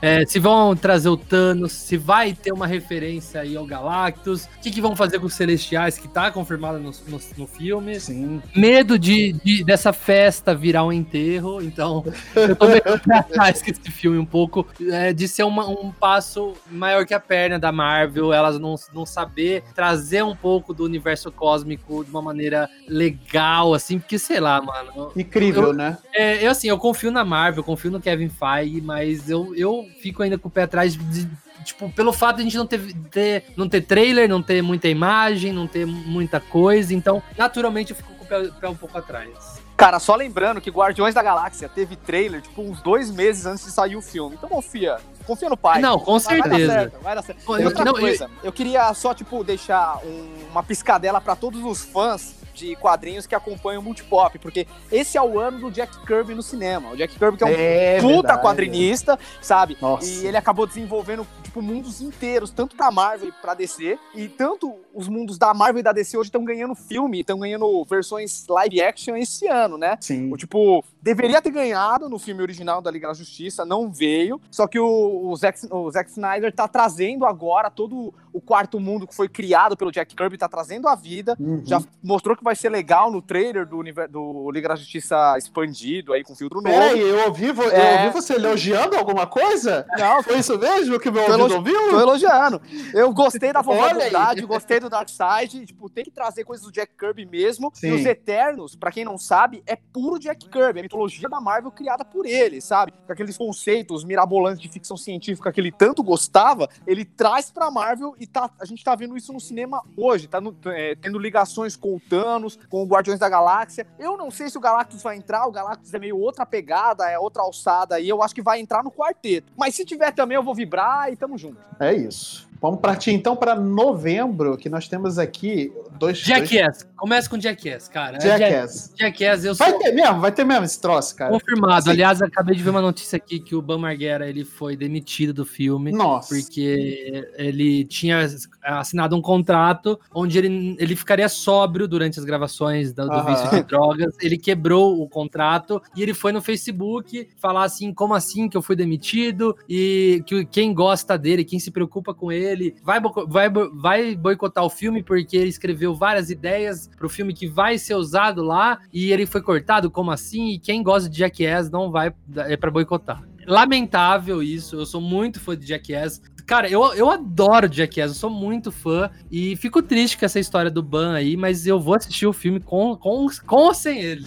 É, se vão trazer o Thanos, se vai ter uma referência aí ao Galactus, o que, que vão fazer com os Celestiais, que tá confirmado no, no, no filme. Sim. Medo de, de- dessa festa virar um enterro, então eu tô meio pra trás com esse filme um pouco, é, de ser uma- um passo maior que a perna da Marvel, elas não, não saber trazer um pouco do universo cósmico de uma maneira legal, assim, porque sei lá, mano. Incrível, Eu- né? É, eu assim, eu confio na Marvel, eu confio no Kevin Feige, mas eu, eu fico ainda com o pé atrás de, tipo, pelo fato de a gente não ter, ter- não ter trailer, não ter muita imagem, não ter muita coisa, então, naturalmente, eu fico com o pé, pé um pouco atrás. Cara, só lembrando que Guardiões da Galáxia teve trailer, tipo, uns dois meses antes de sair o filme. Então confia. Confia no pai. Não, com Vai- Vai dar certeza. certo, vai dar certo. Eu- E outra não, coisa, eu queria só, tipo, deixar um- uma piscadela pra todos os fãs de quadrinhos que acompanham o Multipop, porque esse é o ano do Jack Kirby no cinema. O Jack Kirby que é um É puta verdade. quadrinista, sabe? Nossa. E ele acabou desenvolvendo, tipo, mundos inteiros, tanto pra Marvel e pra D C, e tanto os mundos da Marvel e da D C hoje estão ganhando filme, estão ganhando versões live action esse ano, né? Sim. O tipo, deveria ter ganhado no filme original da Liga da Justiça, não veio. Só que o, o, Zack, o Zack Snyder tá trazendo agora todo o quarto mundo que foi criado pelo Jack Kirby, tá trazendo a vida. Uhum. Já mostrou que vai ser legal no trailer do, univer- do Liga da Justiça expandido aí com filtro novo. Peraí, eu ouvi, vo- É. eu ouvi você elogiando alguma coisa? Não, Foi isso mesmo que meu Tô ouvido elogi- ouviu? Tô elogiando. Eu gostei da Olha vontade, aí. gostei do Darkseid. Tipo, tem que trazer coisas do Jack Kirby mesmo. Sim. E os Eternos, pra quem não sabe, é puro Jack Kirby. É a mitologia da Marvel criada por ele, sabe? Com aqueles conceitos mirabolantes de ficção científica que ele tanto gostava, ele traz pra Marvel e tá, a gente tá vendo isso no cinema hoje. Tá no- é, tendo ligações com o Thanos, com o Guardiões da Galáxia. Eu não sei se o Galactus vai entrar. O Galactus é meio outra pegada, é outra alçada. E eu acho que vai entrar no quarteto. Mas se tiver também, eu vou vibrar e tamo junto. É isso. Vamos partir então para novembro, que nós temos aqui dois. Jackass, começa com Jackass, cara. dois... Jackass. Jackass, eu sou Vai ter mesmo, vai ter mesmo esse troço, cara. confirmado. Sim. Aliás, acabei de ver uma notícia aqui que o Bam Margera, ele foi demitido do filme. Nossa. Porque ele tinha assinado um contrato onde ele, ele ficaria sóbrio durante as gravações do, do Aham. vício de drogas. Ele quebrou o contrato e ele foi no Facebook falar assim, como assim que eu fui demitido e que quem gosta dele, quem se preocupa com ele, vai, boico- vai, bo- vai boicotar o filme porque ele escreveu várias ideias pro filme que vai ser usado lá e ele foi cortado, como assim? E quem gosta de Jackass não vai, é pra boicotar. Lamentável isso, eu sou muito fã de Jackass. Cara, eu, eu adoro Jackass, eu sou muito fã e fico triste com essa história do Ban aí, mas eu vou assistir o filme com, com, com ou sem ele.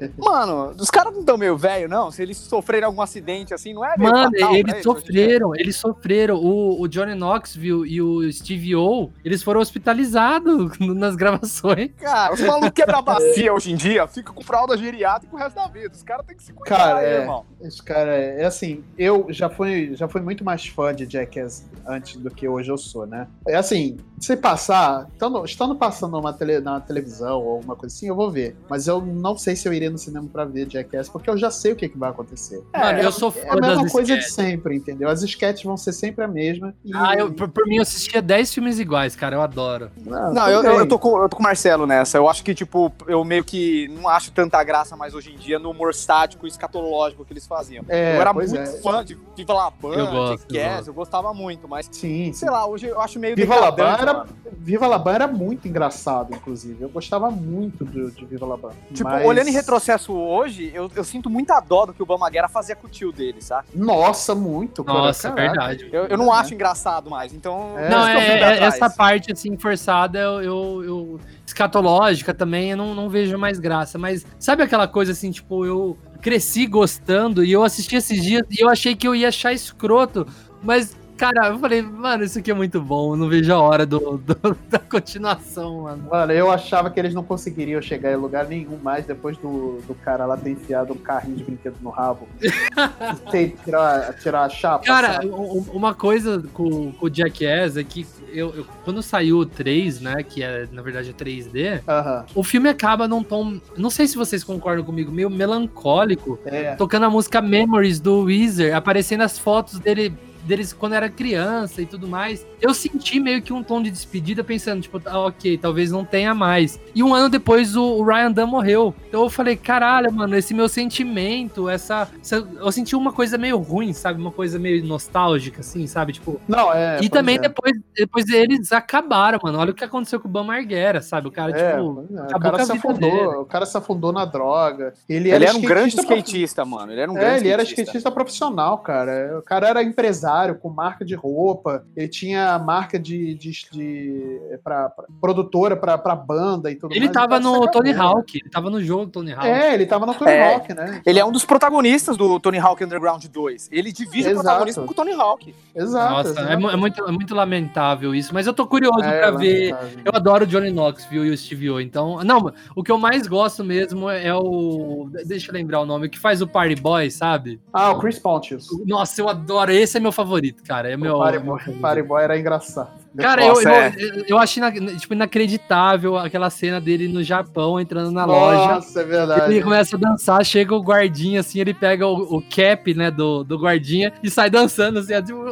Mano, os caras não estão meio velho, não? Se eles sofrerem algum acidente assim, não é meio Mano, fatal pra eles hoje em dia? sofreram, eles sofreram. O, o Johnny Knoxville e o Steve O, eles foram hospitalizados nas gravações. Cara, os malucos quebram a bacia hoje em dia, fica com fralda geriátrica o resto da vida. Os caras têm que se cuidar, Cara, aí, é, irmão. esse cara é, é assim, eu já fui, já fui muito mais fã de Jackass antes do que hoje eu sou, né? É assim, se passar, estando, estando passando uma tele, na televisão ou alguma coisa assim, eu vou ver. Mas eu não sei se eu iria no cinema pra ver Jackass, porque eu já sei o que, que vai acontecer. Mano, É, eu sou É fã a mesma das coisa de sketches. sempre, entendeu? As sketches vão ser sempre a mesma. E... Ah, eu, por, por mim eu assistia dez filmes iguais, cara, eu adoro. Não, Não, tudo eu, bem. eu, tô com, eu tô com o Marcelo nessa. Eu acho que, tipo, eu meio que não acho tanta graça mais hoje em dia no humor sádico e escatológico que eles faziam. É, eu era pois muito é. fã de Viva La Eu Bam, gosto, eu Jackass, gosto. eu gostava muito, mas, Sim, sim. sei lá, hoje eu acho meio Viva La Bam decadente, era, mano. Viva La Bam era muito engraçado, inclusive. Eu gostava muito de, de Viva La Bam. Tipo, Mas- olhando em retrocesso hoje, eu, eu sinto muita dó do que o Bamaguera fazia com o tio dele, sabe? Nossa, muito. cara, Nossa, caraca. verdade. Eu, eu não É. acho engraçado mais, então... É. Não, por isso que eu é, fico pra é- trás. essa parte assim forçada, eu, eu, eu- escatológica também, eu não, não vejo mais graça. Mas sabe aquela coisa assim, tipo, eu cresci gostando e eu assisti esses dias e eu achei que eu ia achar escroto, mas cara, eu falei, mano, isso aqui é muito bom, eu não vejo a hora do, do- da continuação, mano. Mano, eu achava que eles não conseguiriam chegar em lugar nenhum mais depois do, do cara lá ter enfiado um carrinho de brinquedo no rabo. Tem que tirar, tirar a chapa. Cara, sabe? u- u- uma coisa com, com o Jackass é que eu, eu- quando saiu o três, né, que é, na verdade, é três D, Aham. o filme acaba num tom, não sei se vocês concordam comigo, meio melancólico, É. tocando a música Memories do Weezer, aparecendo as fotos dele deles quando era criança e tudo mais. Eu senti meio que um tom de despedida pensando, tipo, ah, ok, talvez não tenha mais. E um ano depois o, o Ryan Dunn morreu. Então eu falei, caralho, mano, esse meu sentimento, essa, essa... Eu senti uma coisa meio ruim, sabe? Uma coisa meio nostálgica, assim, sabe? Tipo... Não, é... E também é. depois, depois eles acabaram, mano. Olha o que aconteceu com o Bam Margera, sabe? O cara, É, tipo... é. Acabou O cara com a se vida afundou, dele. o cara se afundou na droga. Ele, Ele era, era um grande skatista skatista, mano. Ele era um É, grande ele era skatista. skatista profissional, cara. O cara era empresário, com marca de roupa, ele tinha marca de, de, de pra, pra, produtora pra, pra banda e tudo Ele mais. tava O cara no se Tony acabou. Hawk, ele tava no jogo Tony Hawk. É, ele tava no Tony É. Hawk, né? Ele é um dos protagonistas do Tony Hawk Underground dois. Ele divide Exato. o protagonismo com o Tony Hawk. Exato. Nossa, exato. é, mu- é muito, é muito lamentável isso, mas eu tô curioso É, pra ver. lamentável. Eu adoro o Johnny Knoxville e o Steve O, então... Não, o que eu mais gosto mesmo é o... Deixa eu lembrar o nome, o que faz o Party Boy, sabe? Ah, o Chris Pontius. Nossa, eu adoro, esse é meu favorito, cara. É meu, o Party é meu Boy, favorito. Party Boy era engraçado. Cara, eu, Nossa, eu, é. eu, eu achei ina- tipo, inacreditável aquela cena dele no Japão, entrando na Nossa, loja. é verdade. Ele começa a dançar, chega o guardinha, assim, ele pega o, o cap, né, do, do guardinha e sai dançando, assim, assim,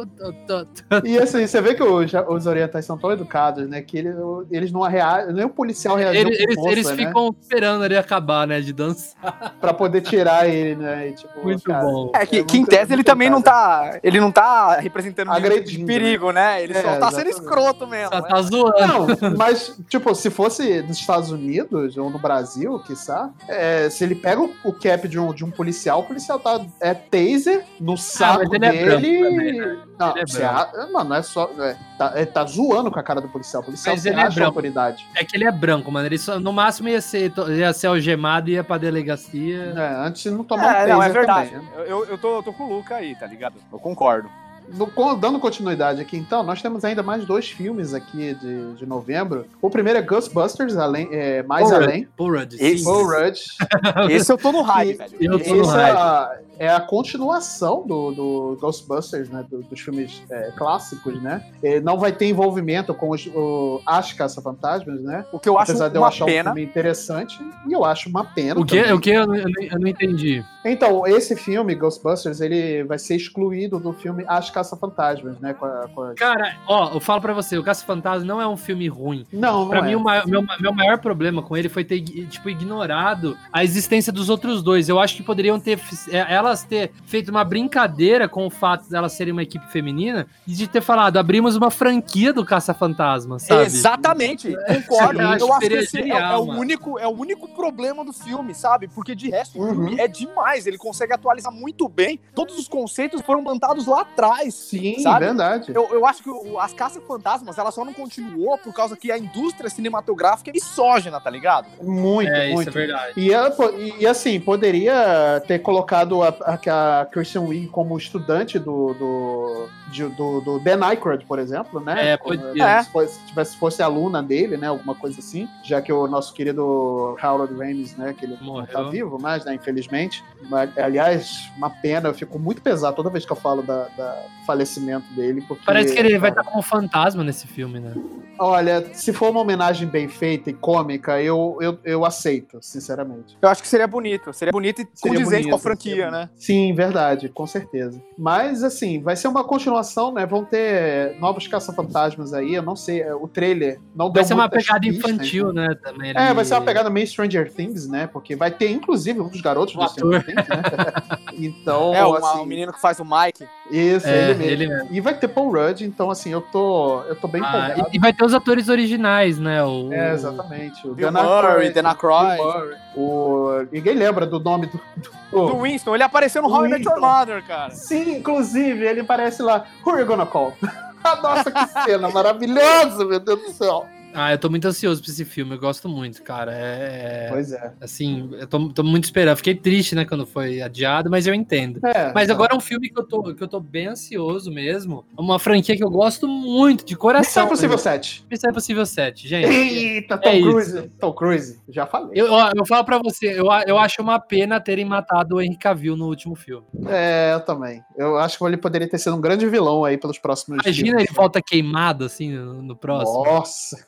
E assim, você vê que os, os orientais são tão educados, né? Que eles, eles não reagem, nem o policial reagiu Ele- com eles, força, eles né? ficam esperando ele acabar, né, de dançar. Pra poder tirar ele, né? E, tipo, Muito cara, bom. É que, É que em muito- tese ele muito também não educado. tá. Ele não tá representando nenhum tipo de Agredindo, perigo, né? Ele É, só tá sendo exatamente. escroto mesmo. Só né? tá zoando. Não, mas, tipo, se fosse nos Estados Unidos ou no Brasil, quiçá, é, se ele pega o, o cap de um, de um policial, o policial tá é taser no saco mas ele é branco dele. também, né? Não, Ele é você branco. a- mano, não é só. É, tá, ele tá zoando com a cara do policial. O policial Mas se ele é acha branco. autoridade. É que ele é branco, mano. Ele só, no máximo ia ser, ia ser algemado e ia pra delegacia. É, antes de não tomar um É, taser não, é verdade. também, né? Eu, eu, eu tô, eu tô com o Luca aí, tá ligado? Eu concordo. No- com- dando continuidade aqui, então, nós temos ainda mais dois filmes aqui de, de novembro. O primeiro é Ghostbusters, além, é, Mais Paul Rudd. Além. Paul Rudd, Esse- sim. Paul Rudd. Esse eu tô no hype, E- velho. Eu tô no Esse é hype. a, é a continuação do, do Ghostbusters, né? do- dos filmes é, clássicos, né? É, não vai ter envolvimento com os, o, as Caça-Fantasmas, né? O que eu acho Apesar de eu uma achar pena. um filme interessante, e eu acho uma pena. O que? também. O que? Eu, não- eu não- eu não entendi. Então, esse filme, Ghostbusters, ele vai ser excluído do filme As Caça-Fantasmas, né? Com a- com as- Cara, ó, eu falo pra você, o Caça-Fantasma não é um filme ruim. Não, não Pra é. mim, o maior- meu, meu maior problema com ele foi ter, tipo, ignorado a existência dos outros dois. Eu acho que poderiam ter, é, elas ter feito uma brincadeira com o fato delas serem uma equipe feminina e de ter falado, abrimos uma franquia do Caça-Fantasma, sabe? Exatamente, concordo. Eu acho Eu acho que seria esse é, genial, é o mano. único, é o único problema do filme, sabe? Porque de resto, o Uhum. filme é demais. Ele consegue atualizar muito bem. Todos os conceitos foram plantados lá atrás. Sim, sabe? verdade. Eu, eu acho que o- as Caça-Fantasmas, ela só não continuou por causa que a indústria cinematográfica é misógina, tá ligado? Muito, É, isso muito. é verdade. E, ela, pô, e, e, assim, poderia ter colocado a, a, a Kristen Wiig como estudante do, do, de- do, do Dan Aykroyd, por exemplo, né? É, Como- podia. É. Se fosse, tivesse, fosse aluna dele, né? Alguma coisa assim. Já que o nosso querido Harold Ramis, né? Que ele não Morreu. tá vivo mais, né? Infelizmente. Mas, aliás, uma pena. Eu fico muito pesado toda vez que eu falo da, da falecimento dele. Porque, Parece que ele vai cara, estar como fantasma nesse filme, né? Olha, se for uma homenagem bem feita e cômica, eu, eu, eu aceito, sinceramente. Eu acho que seria bonito. Seria bonito e Seria condizente bonito, com a franquia, seria né? Sim, verdade, com certeza. Mas, assim, vai ser uma continuação, né? Vão ter novos caça-fantasmas aí, eu não sei, o trailer não Vai deu ser uma muitas pegada pistas, infantil, né? né? Também. É, ali. vai ser uma pegada meio Stranger Things, né? Porque vai ter, inclusive, um dos garotos O do ator. Stranger Things, né? Então, É, o, assim, o menino que faz o Mike. isso, É, ele mesmo. ele mesmo. E vai ter Paul Rudd, então, assim, eu tô, eu tô bem Ah, empolgado. e, e vai ter os atores originais, né? O, É, exatamente. O Bill Dan Murray, Aykroyd, Dan Aykroyd. Bill Murray, o... Ninguém lembra do nome do... do- Do Winston. Ele apareceu no Do How I Met Your Winston. Mother, cara. Sim, inclusive, ele aparece lá. Who are you gonna call? Nossa, que cena maravilhosa, meu Deus do céu. Ah, eu tô muito ansioso pra esse filme, eu gosto muito, cara. É. Pois é. Assim, eu tô, tô muito esperando. Fiquei triste, né, quando foi adiado, mas eu entendo. É, Mas agora é um filme que eu, tô, que eu tô bem ansioso mesmo. Uma franquia que eu gosto muito, de coração. Missão Impossível sete. Missão Impossível sete, gente. Eita, Tom É Cruise. Tom Cruise, já falei. Eu, ó, eu falo pra você, eu, a- eu acho uma pena terem matado o Henry Cavill no último filme. É, eu também. Eu acho que ele poderia ter sido um grande vilão aí pelos próximos Imagina filmes. ele volta queimado, assim, no, no próximo. Nossa.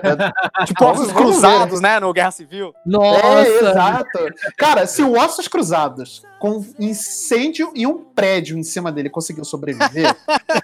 Tipo, Vamos- ossos vamos cruzados, né? No Guerra Civil. Nossa! É, exato. Cara, se o Ossos Cruzados com incêndio e um prédio em cima dele conseguiu sobreviver,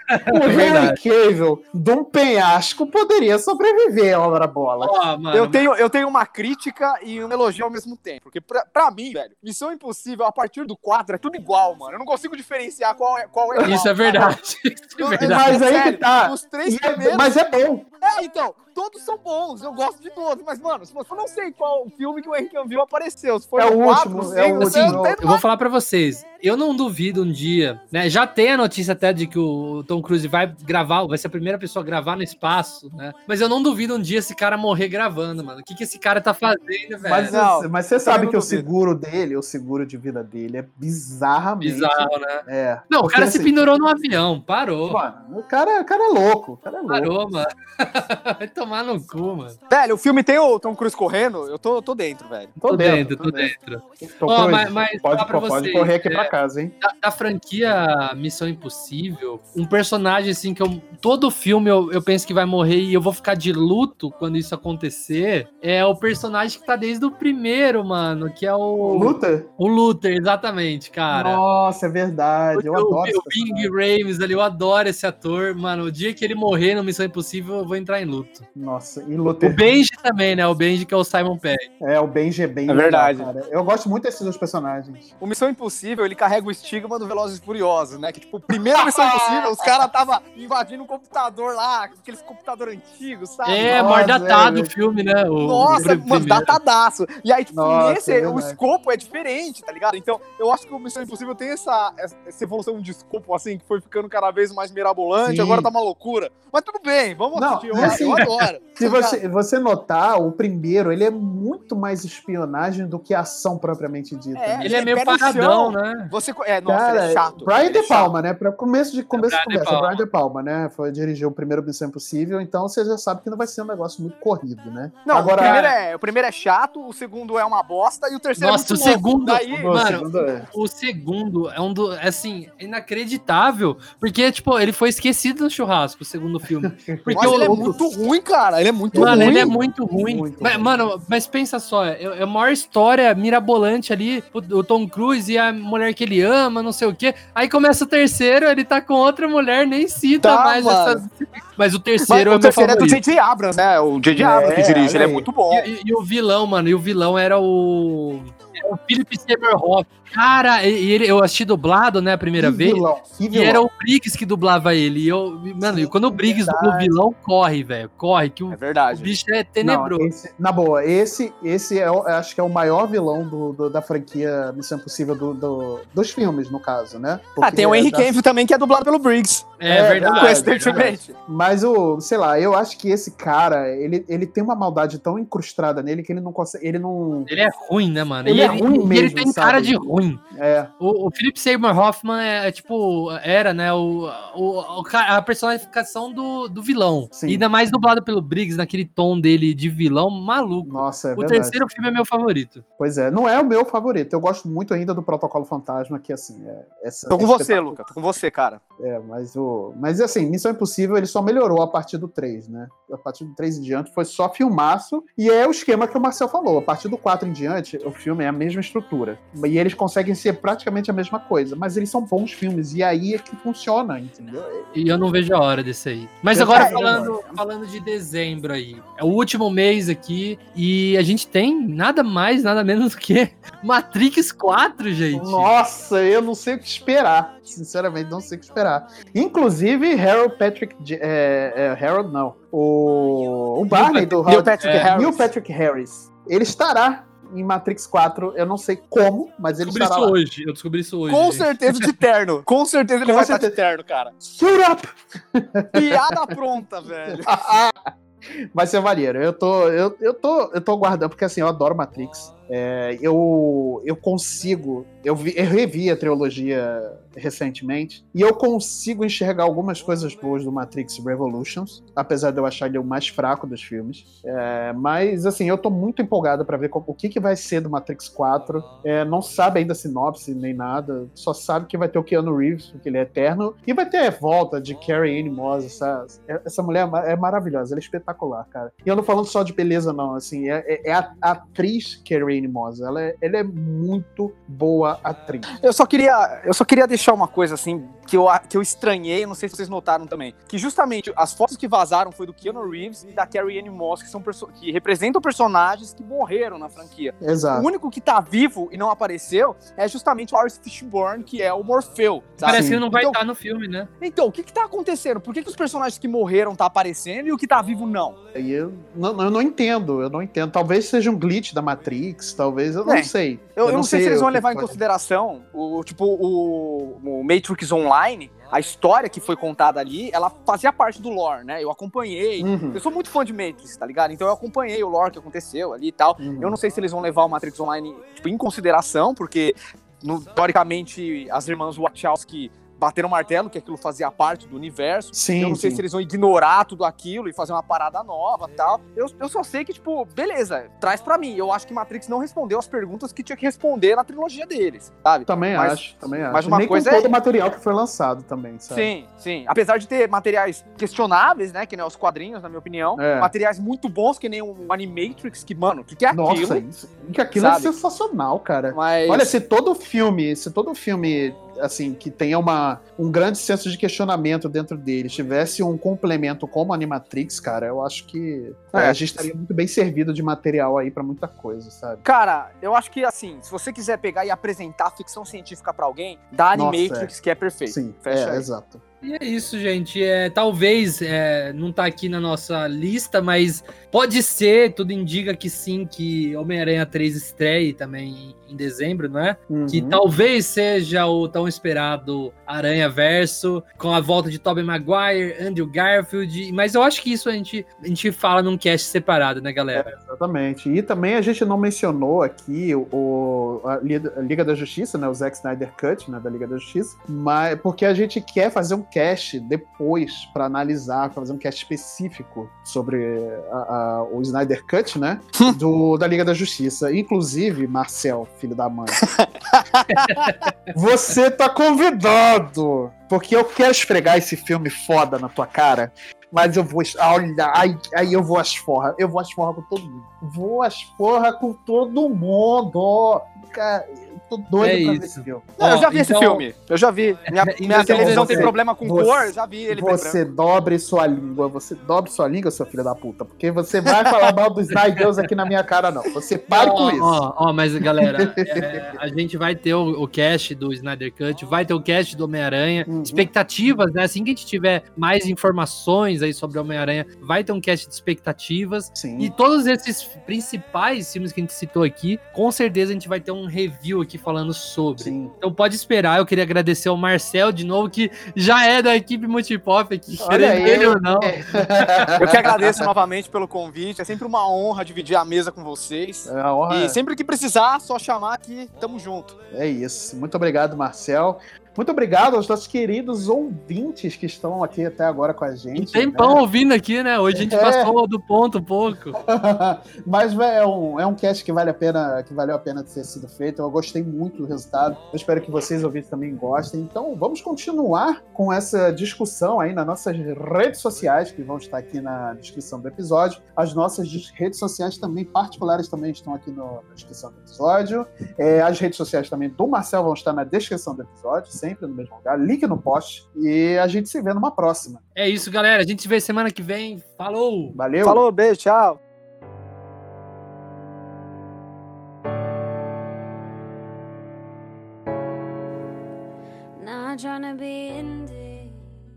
o Henry Cavill, de um penhasco, poderia sobreviver, obra bola. Oh, mano, eu, tenho, eu tenho uma crítica e um elogio ao mesmo tempo. Porque pra, pra mim, velho, Missão Impossível, a partir do quatro, é tudo igual, mano. Eu não consigo diferenciar qual é qual é. Isso qual, é verdade. Isso é verdade. Mas aí sério, que tá. Os três É, primeiros... mas é bom. É, então, todos são bons, eu gosto de todos, mas, mano, se você não sei qual filme que o Henry Cavill apareceu, se for é o quatro, último, sei, é o você último. não tem Eu vou falar pra vocês, eu não duvido um dia, né, já tem a notícia até de que o Tom Cruise vai gravar, vai ser a primeira pessoa a gravar no espaço, né, mas eu não duvido um dia esse cara morrer gravando, mano, o que que esse cara tá fazendo, velho? Mas, Não, mas você sabe que o duvido. seguro dele, o seguro de vida dele é bizarramente... Bizarro, né? É. Não, Porque, o cara assim, se pendurou no avião, parou. Mano, o cara, o cara é louco, o cara é louco. Parou, mano. Vai tomar no cu, mano. Velho, o filme tem o Tom Cruise correndo, eu tô, tô dentro, velho. Tô, Tô dentro, dentro, tô dentro. Tô Ó, Cruise, mas- mas pode, falar pra pode vocês, correr aqui é- pra casa, hein? Da, da franquia Missão Impossível, um personagem assim que eu, todo filme eu, eu penso que vai morrer e eu vou ficar de luto quando isso acontecer, é o personagem que tá desde o primeiro, mano, que é o... Luta? O Luther, exatamente, cara. Nossa, é verdade. Eu, Eu, adoro eu, esse o Bing personagem. Rames ali, eu adoro esse ator. Mano, o dia que ele morrer no Missão Impossível, eu vou entrar em luto. Nossa, e O Luther. Benji também, né? O Benji que é o Simon Pegg. É, o Benji é bem É verdade. legal, cara. Eu gosto muito desses dois personagens. O Missão Impossível, ele carrega o estigma do Velozes e Furiosos, né? Que, tipo, primeira Missão Impossível, os caras tava invadindo um computador lá, aqueles computador antigos, sabe? É, Nossa, maior datado é, o filme, né? O, Nossa, o pr- mano, primeiro. datadaço. E aí, tipo, Nossa, nesse, é o verdade. escopo é diferente, tá ligado? Então, eu acho que o Missão Impossível tem essa, essa evolução de escopo, assim, que foi ficando cada vez mais mirabolante, Sim. agora tá uma loucura. Mas tudo bem, vamos Não, assistir, eu, e assim, eu adoro. Se Tá ligado? você, você notar, o primeiro, ele é muito mais espionagem do que ação propriamente dita. É, né? Ele é meio pé no paradão, chão. né? Você, é, nossa, Cara, ele é chato. Brian ele é De Palma, né? Para começo de começo Brian de De conversa, Palma. Brian De Palma, né? Foi dirigir o primeiro Missão Impossível, então você já sabe que não vai ser um negócio muito corrido, né? Não, Agora, o, primeiro é, o primeiro é chato, o segundo é uma bosta e o terceiro Nossa, é o muito louco. segundo- Daí, o mano, segundo é- O segundo é um do, assim, inacreditável, porque, tipo, ele foi esquecido no churrasco, o segundo filme. Porque mas o, ele é o- muito ruim, cara. Ele é muito Mano, ruim. ele é muito ruim. Muito Mas, ruim. mano, mas pensa só, é, é a maior história mirabolante ali, o, o Tom Cruise e a mulher que ele ama, não sei o quê. Aí começa o terceiro, ele tá com outra mulher, nem cita Tá, mais mano. essas... Mas o Mas terceiro o é o meu terceiro é do favorito. J J Abrams, né? O J J É, Abrams que dirige, ele é aí. muito bom. E, e- e o vilão, mano, e o vilão era o... era o Philip Seymour Hoffman. Cara, e, e ele, eu assisti dublado, né, a primeira que vez. vilão, que E vilão. era o Briggs que dublava ele. E eu, mano, Sim, e quando o Briggs verdade. dubla o vilão, corre, velho. Corre, que o, É o verdade. bicho é Não, tenebroso. esse- na boa, esse, esse é, o- acho que é o maior vilão do, do- da franquia Missão Impossível do, do- dos filmes, no caso, né? Ah, Porque tem o é Henry da- Cavill também, que é dublado pelo Briggs. É, é, verdade. Coincidentemente. Mas o, sei lá, eu acho que esse cara, ele, ele tem uma maldade tão incrustada nele que ele não consegue, ele não... Ele é ruim, né, mano? Ele e é ele, ruim e ele mesmo, tem sabe? cara de ruim. É, O, o Philip Seymour Hoffman é, é tipo, era, né, o, o, o ca- a personificação do, do vilão. Sim. E ainda mais dublado pelo Briggs, naquele tom dele de vilão maluco. nossa, é o verdade. terceiro filme é meu favorito. Pois é, não é o meu favorito. Eu gosto muito ainda do Protocolo Fantasma, que assim, é... Essa, Tô com é você, espetacular. Luca. Tô com você, cara. É, mas o. Mas assim, Missão Impossível ele só melhorou a partir do três, né? A partir do três em diante foi só filmaço. E é o esquema que o Marcel falou. A partir do quatro em diante, o filme é a mesma estrutura. E eles conseguem ser praticamente a mesma coisa. Mas eles são bons filmes. E aí é que funciona, entendeu? E eu não vejo a hora desse aí. Mas Eu agora também falando, não. falando de dezembro aí. É o último mês aqui e a gente tem nada mais, nada menos que Matrix quatro, gente. Nossa, eu não sei o que esperar. Sinceramente, não sei o que esperar. Inclusive, Harold Patrick. J- É, é, Harold, não. O, o Barney do Neil Howard- Patrick é, Harris. Neil Patrick Harris. Ele estará em Matrix quatro. Eu não sei como, mas ele Descobri estará isso lá. hoje. Eu descobri isso hoje. Com gente. certeza de terno. Com certeza ele Com vai estar certeza. de terno, cara. Suit up! Piada pronta, velho. Vai ser maneiro. Eu tô, eu, eu tô, eu tô aguardando, porque assim, eu adoro Matrix. É, eu, eu consigo. Eu, vi, eu revi a trilogia recentemente e eu consigo enxergar algumas coisas boas do Matrix Revolutions, apesar de eu achar ele o mais fraco dos filmes. É, mas, assim, eu tô muito empolgado pra ver como- o que, que vai ser do Matrix quatro. É, não sabe ainda sinopse nem nada, só sabe que vai ter o Keanu Reeves, porque ele é eterno, e vai ter a volta de Carrie Anne Moss. Essa, essa mulher é ma- é maravilhosa, ela é espetacular, cara. E eu não falando só de beleza, não, assim, é, é- é a, a atriz Carrie Carrie-Anne Moss. Ela é, ela é muito boa atriz. Eu só queria, eu só queria deixar uma coisa assim que eu, que eu estranhei, não sei se vocês notaram também, que justamente as fotos que vazaram foi do Keanu Reeves e da Carrie-Anne Moss, que são que representam personagens que morreram na franquia. Exato. O único que tá vivo e não apareceu é justamente o Lawrence Fishburne, que é o Morfeu. Sabe? Parece que ele não vai então, estar no filme, né? Então, o que que tá acontecendo? Por que que os personagens que morreram tá aparecendo e o que tá vivo não? E eu não, eu não entendo, eu não entendo. Talvez seja um glitch da Matrix, talvez, eu não É. sei. Eu, eu não sei, se eles vão o que levar em pode- consideração o tipo o, o Matrix Online, a história que foi contada ali, ela fazia parte do lore, né? Eu acompanhei. Uhum. Eu sou muito fã de Matrix, tá ligado? Então eu acompanhei o lore que aconteceu ali e tal. Uhum. Eu não sei se eles vão levar o Matrix Online tipo, em consideração, porque no- teoricamente as irmãs Wachowski bateram o martelo que aquilo fazia parte do universo. Sim, Eu não sei sim. se eles vão ignorar tudo aquilo e fazer uma parada nova e tal. Eu, eu só sei que, tipo, beleza, traz pra mim. Eu acho que Matrix não respondeu as perguntas que tinha que responder na trilogia deles, sabe? Também Mas- acho, também acho. mas uma Nem coisa com é- todo o material que foi lançado também, sabe? Sim, sim. Apesar de ter materiais questionáveis, né, que nem os quadrinhos, na minha opinião, É. materiais muito bons, que nem o Animatrix, que, mano, o que, que é Nossa, aquilo? isso, que aquilo Sabe? é sensacional, cara. Mas... Olha, se todo filme, se todo filme, assim, que tenha uma, um grande senso de questionamento dentro dele, tivesse um complemento como Animatrix, cara, eu acho que É. é, a gente estaria muito bem servido de material aí pra muita coisa, sabe? Cara, eu acho que, assim, se você quiser pegar e apresentar ficção científica pra alguém, dá Nossa, Animatrix, que é perfeito. Sim, Fecha é, aí. exato. E é isso, gente. É, talvez é, não tá aqui na nossa lista, mas pode ser, tudo indica que sim, que Homem-Aranha três estreie também em dezembro, não é? Uhum. Que talvez seja o tão esperado Aranha Verso, com a volta de Tobey Maguire, Andrew Garfield, mas eu acho que isso a gente, a gente fala num cast separado, né, galera? Exatamente. E também a gente não mencionou aqui o, o- a Liga a Liga da Justiça, né? O Zack Snyder Cut, né? Da Liga da Justiça. Mas porque a gente quer fazer um cast depois pra analisar, pra fazer um cast específico sobre a- a- o Snyder Cut, né? Do, da Liga da Justiça. Inclusive, Marcel, filho da mãe. Você tá convidado! Porque eu quero esfregar esse filme foda na tua cara. Mas eu vou. Olha, aí, aí eu vou às forras. Eu vou às forras com todo mundo. Vou às forras com todo mundo. Cara, eu tô doido É pra isso. ver esse filme. Não, eu Ó, já vi esse então- filme. Eu já vi. Minha, Então, minha televisão você- tem problema com você- cor, eu já vi ele preto e Você dobre sua língua. Você dobre sua língua, seu filho da puta. Porque você vai falar mal do Snyder aqui na minha cara, não. Você pare com Ó, isso. Ó, ó, mas galera, é, a gente vai ter o, o cast do Snyder Cut, vai ter o cast do Homem-Aranha, Uhum. expectativas, né? Assim que a gente tiver mais informações aí sobre o Homem-Aranha, vai ter um cast de expectativas. Sim. E todos esses principais filmes que a gente citou aqui, com certeza a gente vai ter um review aqui falando sobre. Sim. Então pode esperar, eu queria agradecer ao Marcel de novo, que já é da equipe Multipop aqui, Olha querendo aí. ele ou não. Eu que agradeço novamente pelo convite. É sempre uma honra dividir a mesa com vocês. É a honra. E sempre que precisar, só chamar que tamo junto. É isso. Muito obrigado, Marcel. Muito obrigado aos nossos queridos ouvintes que estão aqui até agora com a Um gente. tempão né? ouvindo aqui, né? Hoje a gente É. passou do ponto um pouco. Mas é um, é um cast que vale a pena, que valeu a pena ter sido feito. Eu gostei muito do resultado. Eu espero que vocês ouvintes também gostem. Então, vamos continuar com essa discussão aí nas nossas redes sociais, que vão estar aqui na descrição do episódio. As nossas redes sociais também, particulares, também estão aqui no- na descrição do episódio. É, as redes sociais também do Marcel vão estar na descrição do episódio, sempre no mesmo lugar. Link no post. E a gente se vê numa próxima. É isso, galera. A gente se vê semana que vem. Falou! Valeu! Falou, beijo, tchau. Not trying to be indie.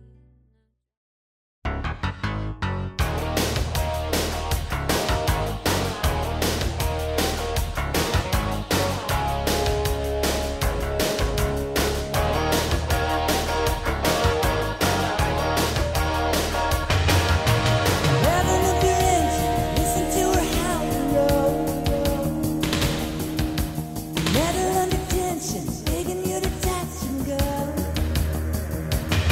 Heaven of your engine, listen to her howl and roll. Metal under tension, begging you to touch and go.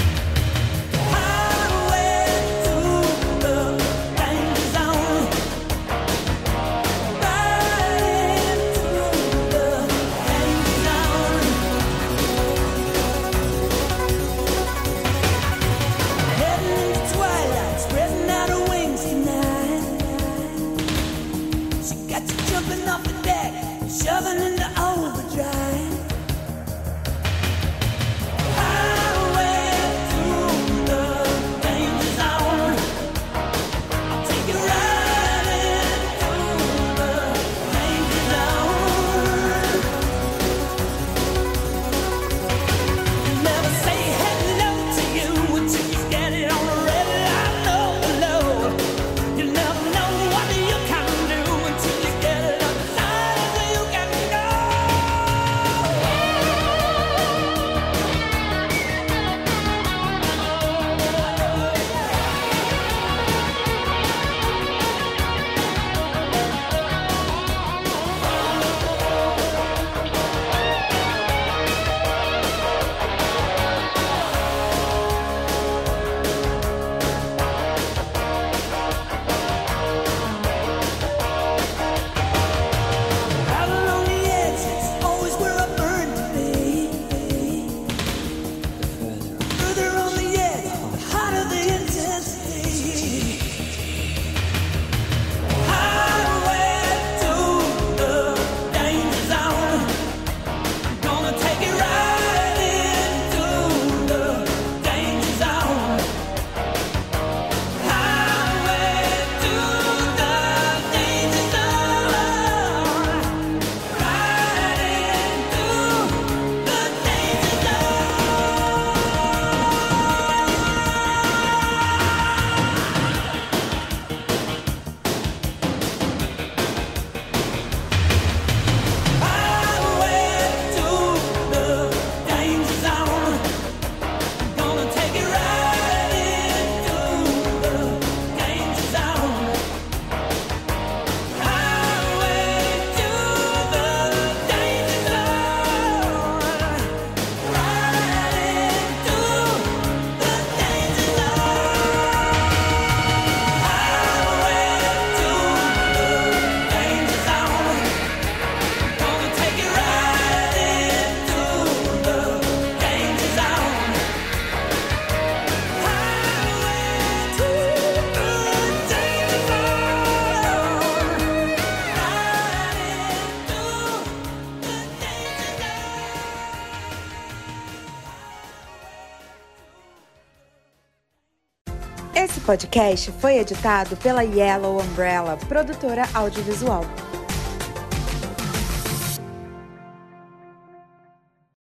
Esse podcast foi editado pela Yellow Umbrella, produtora audiovisual.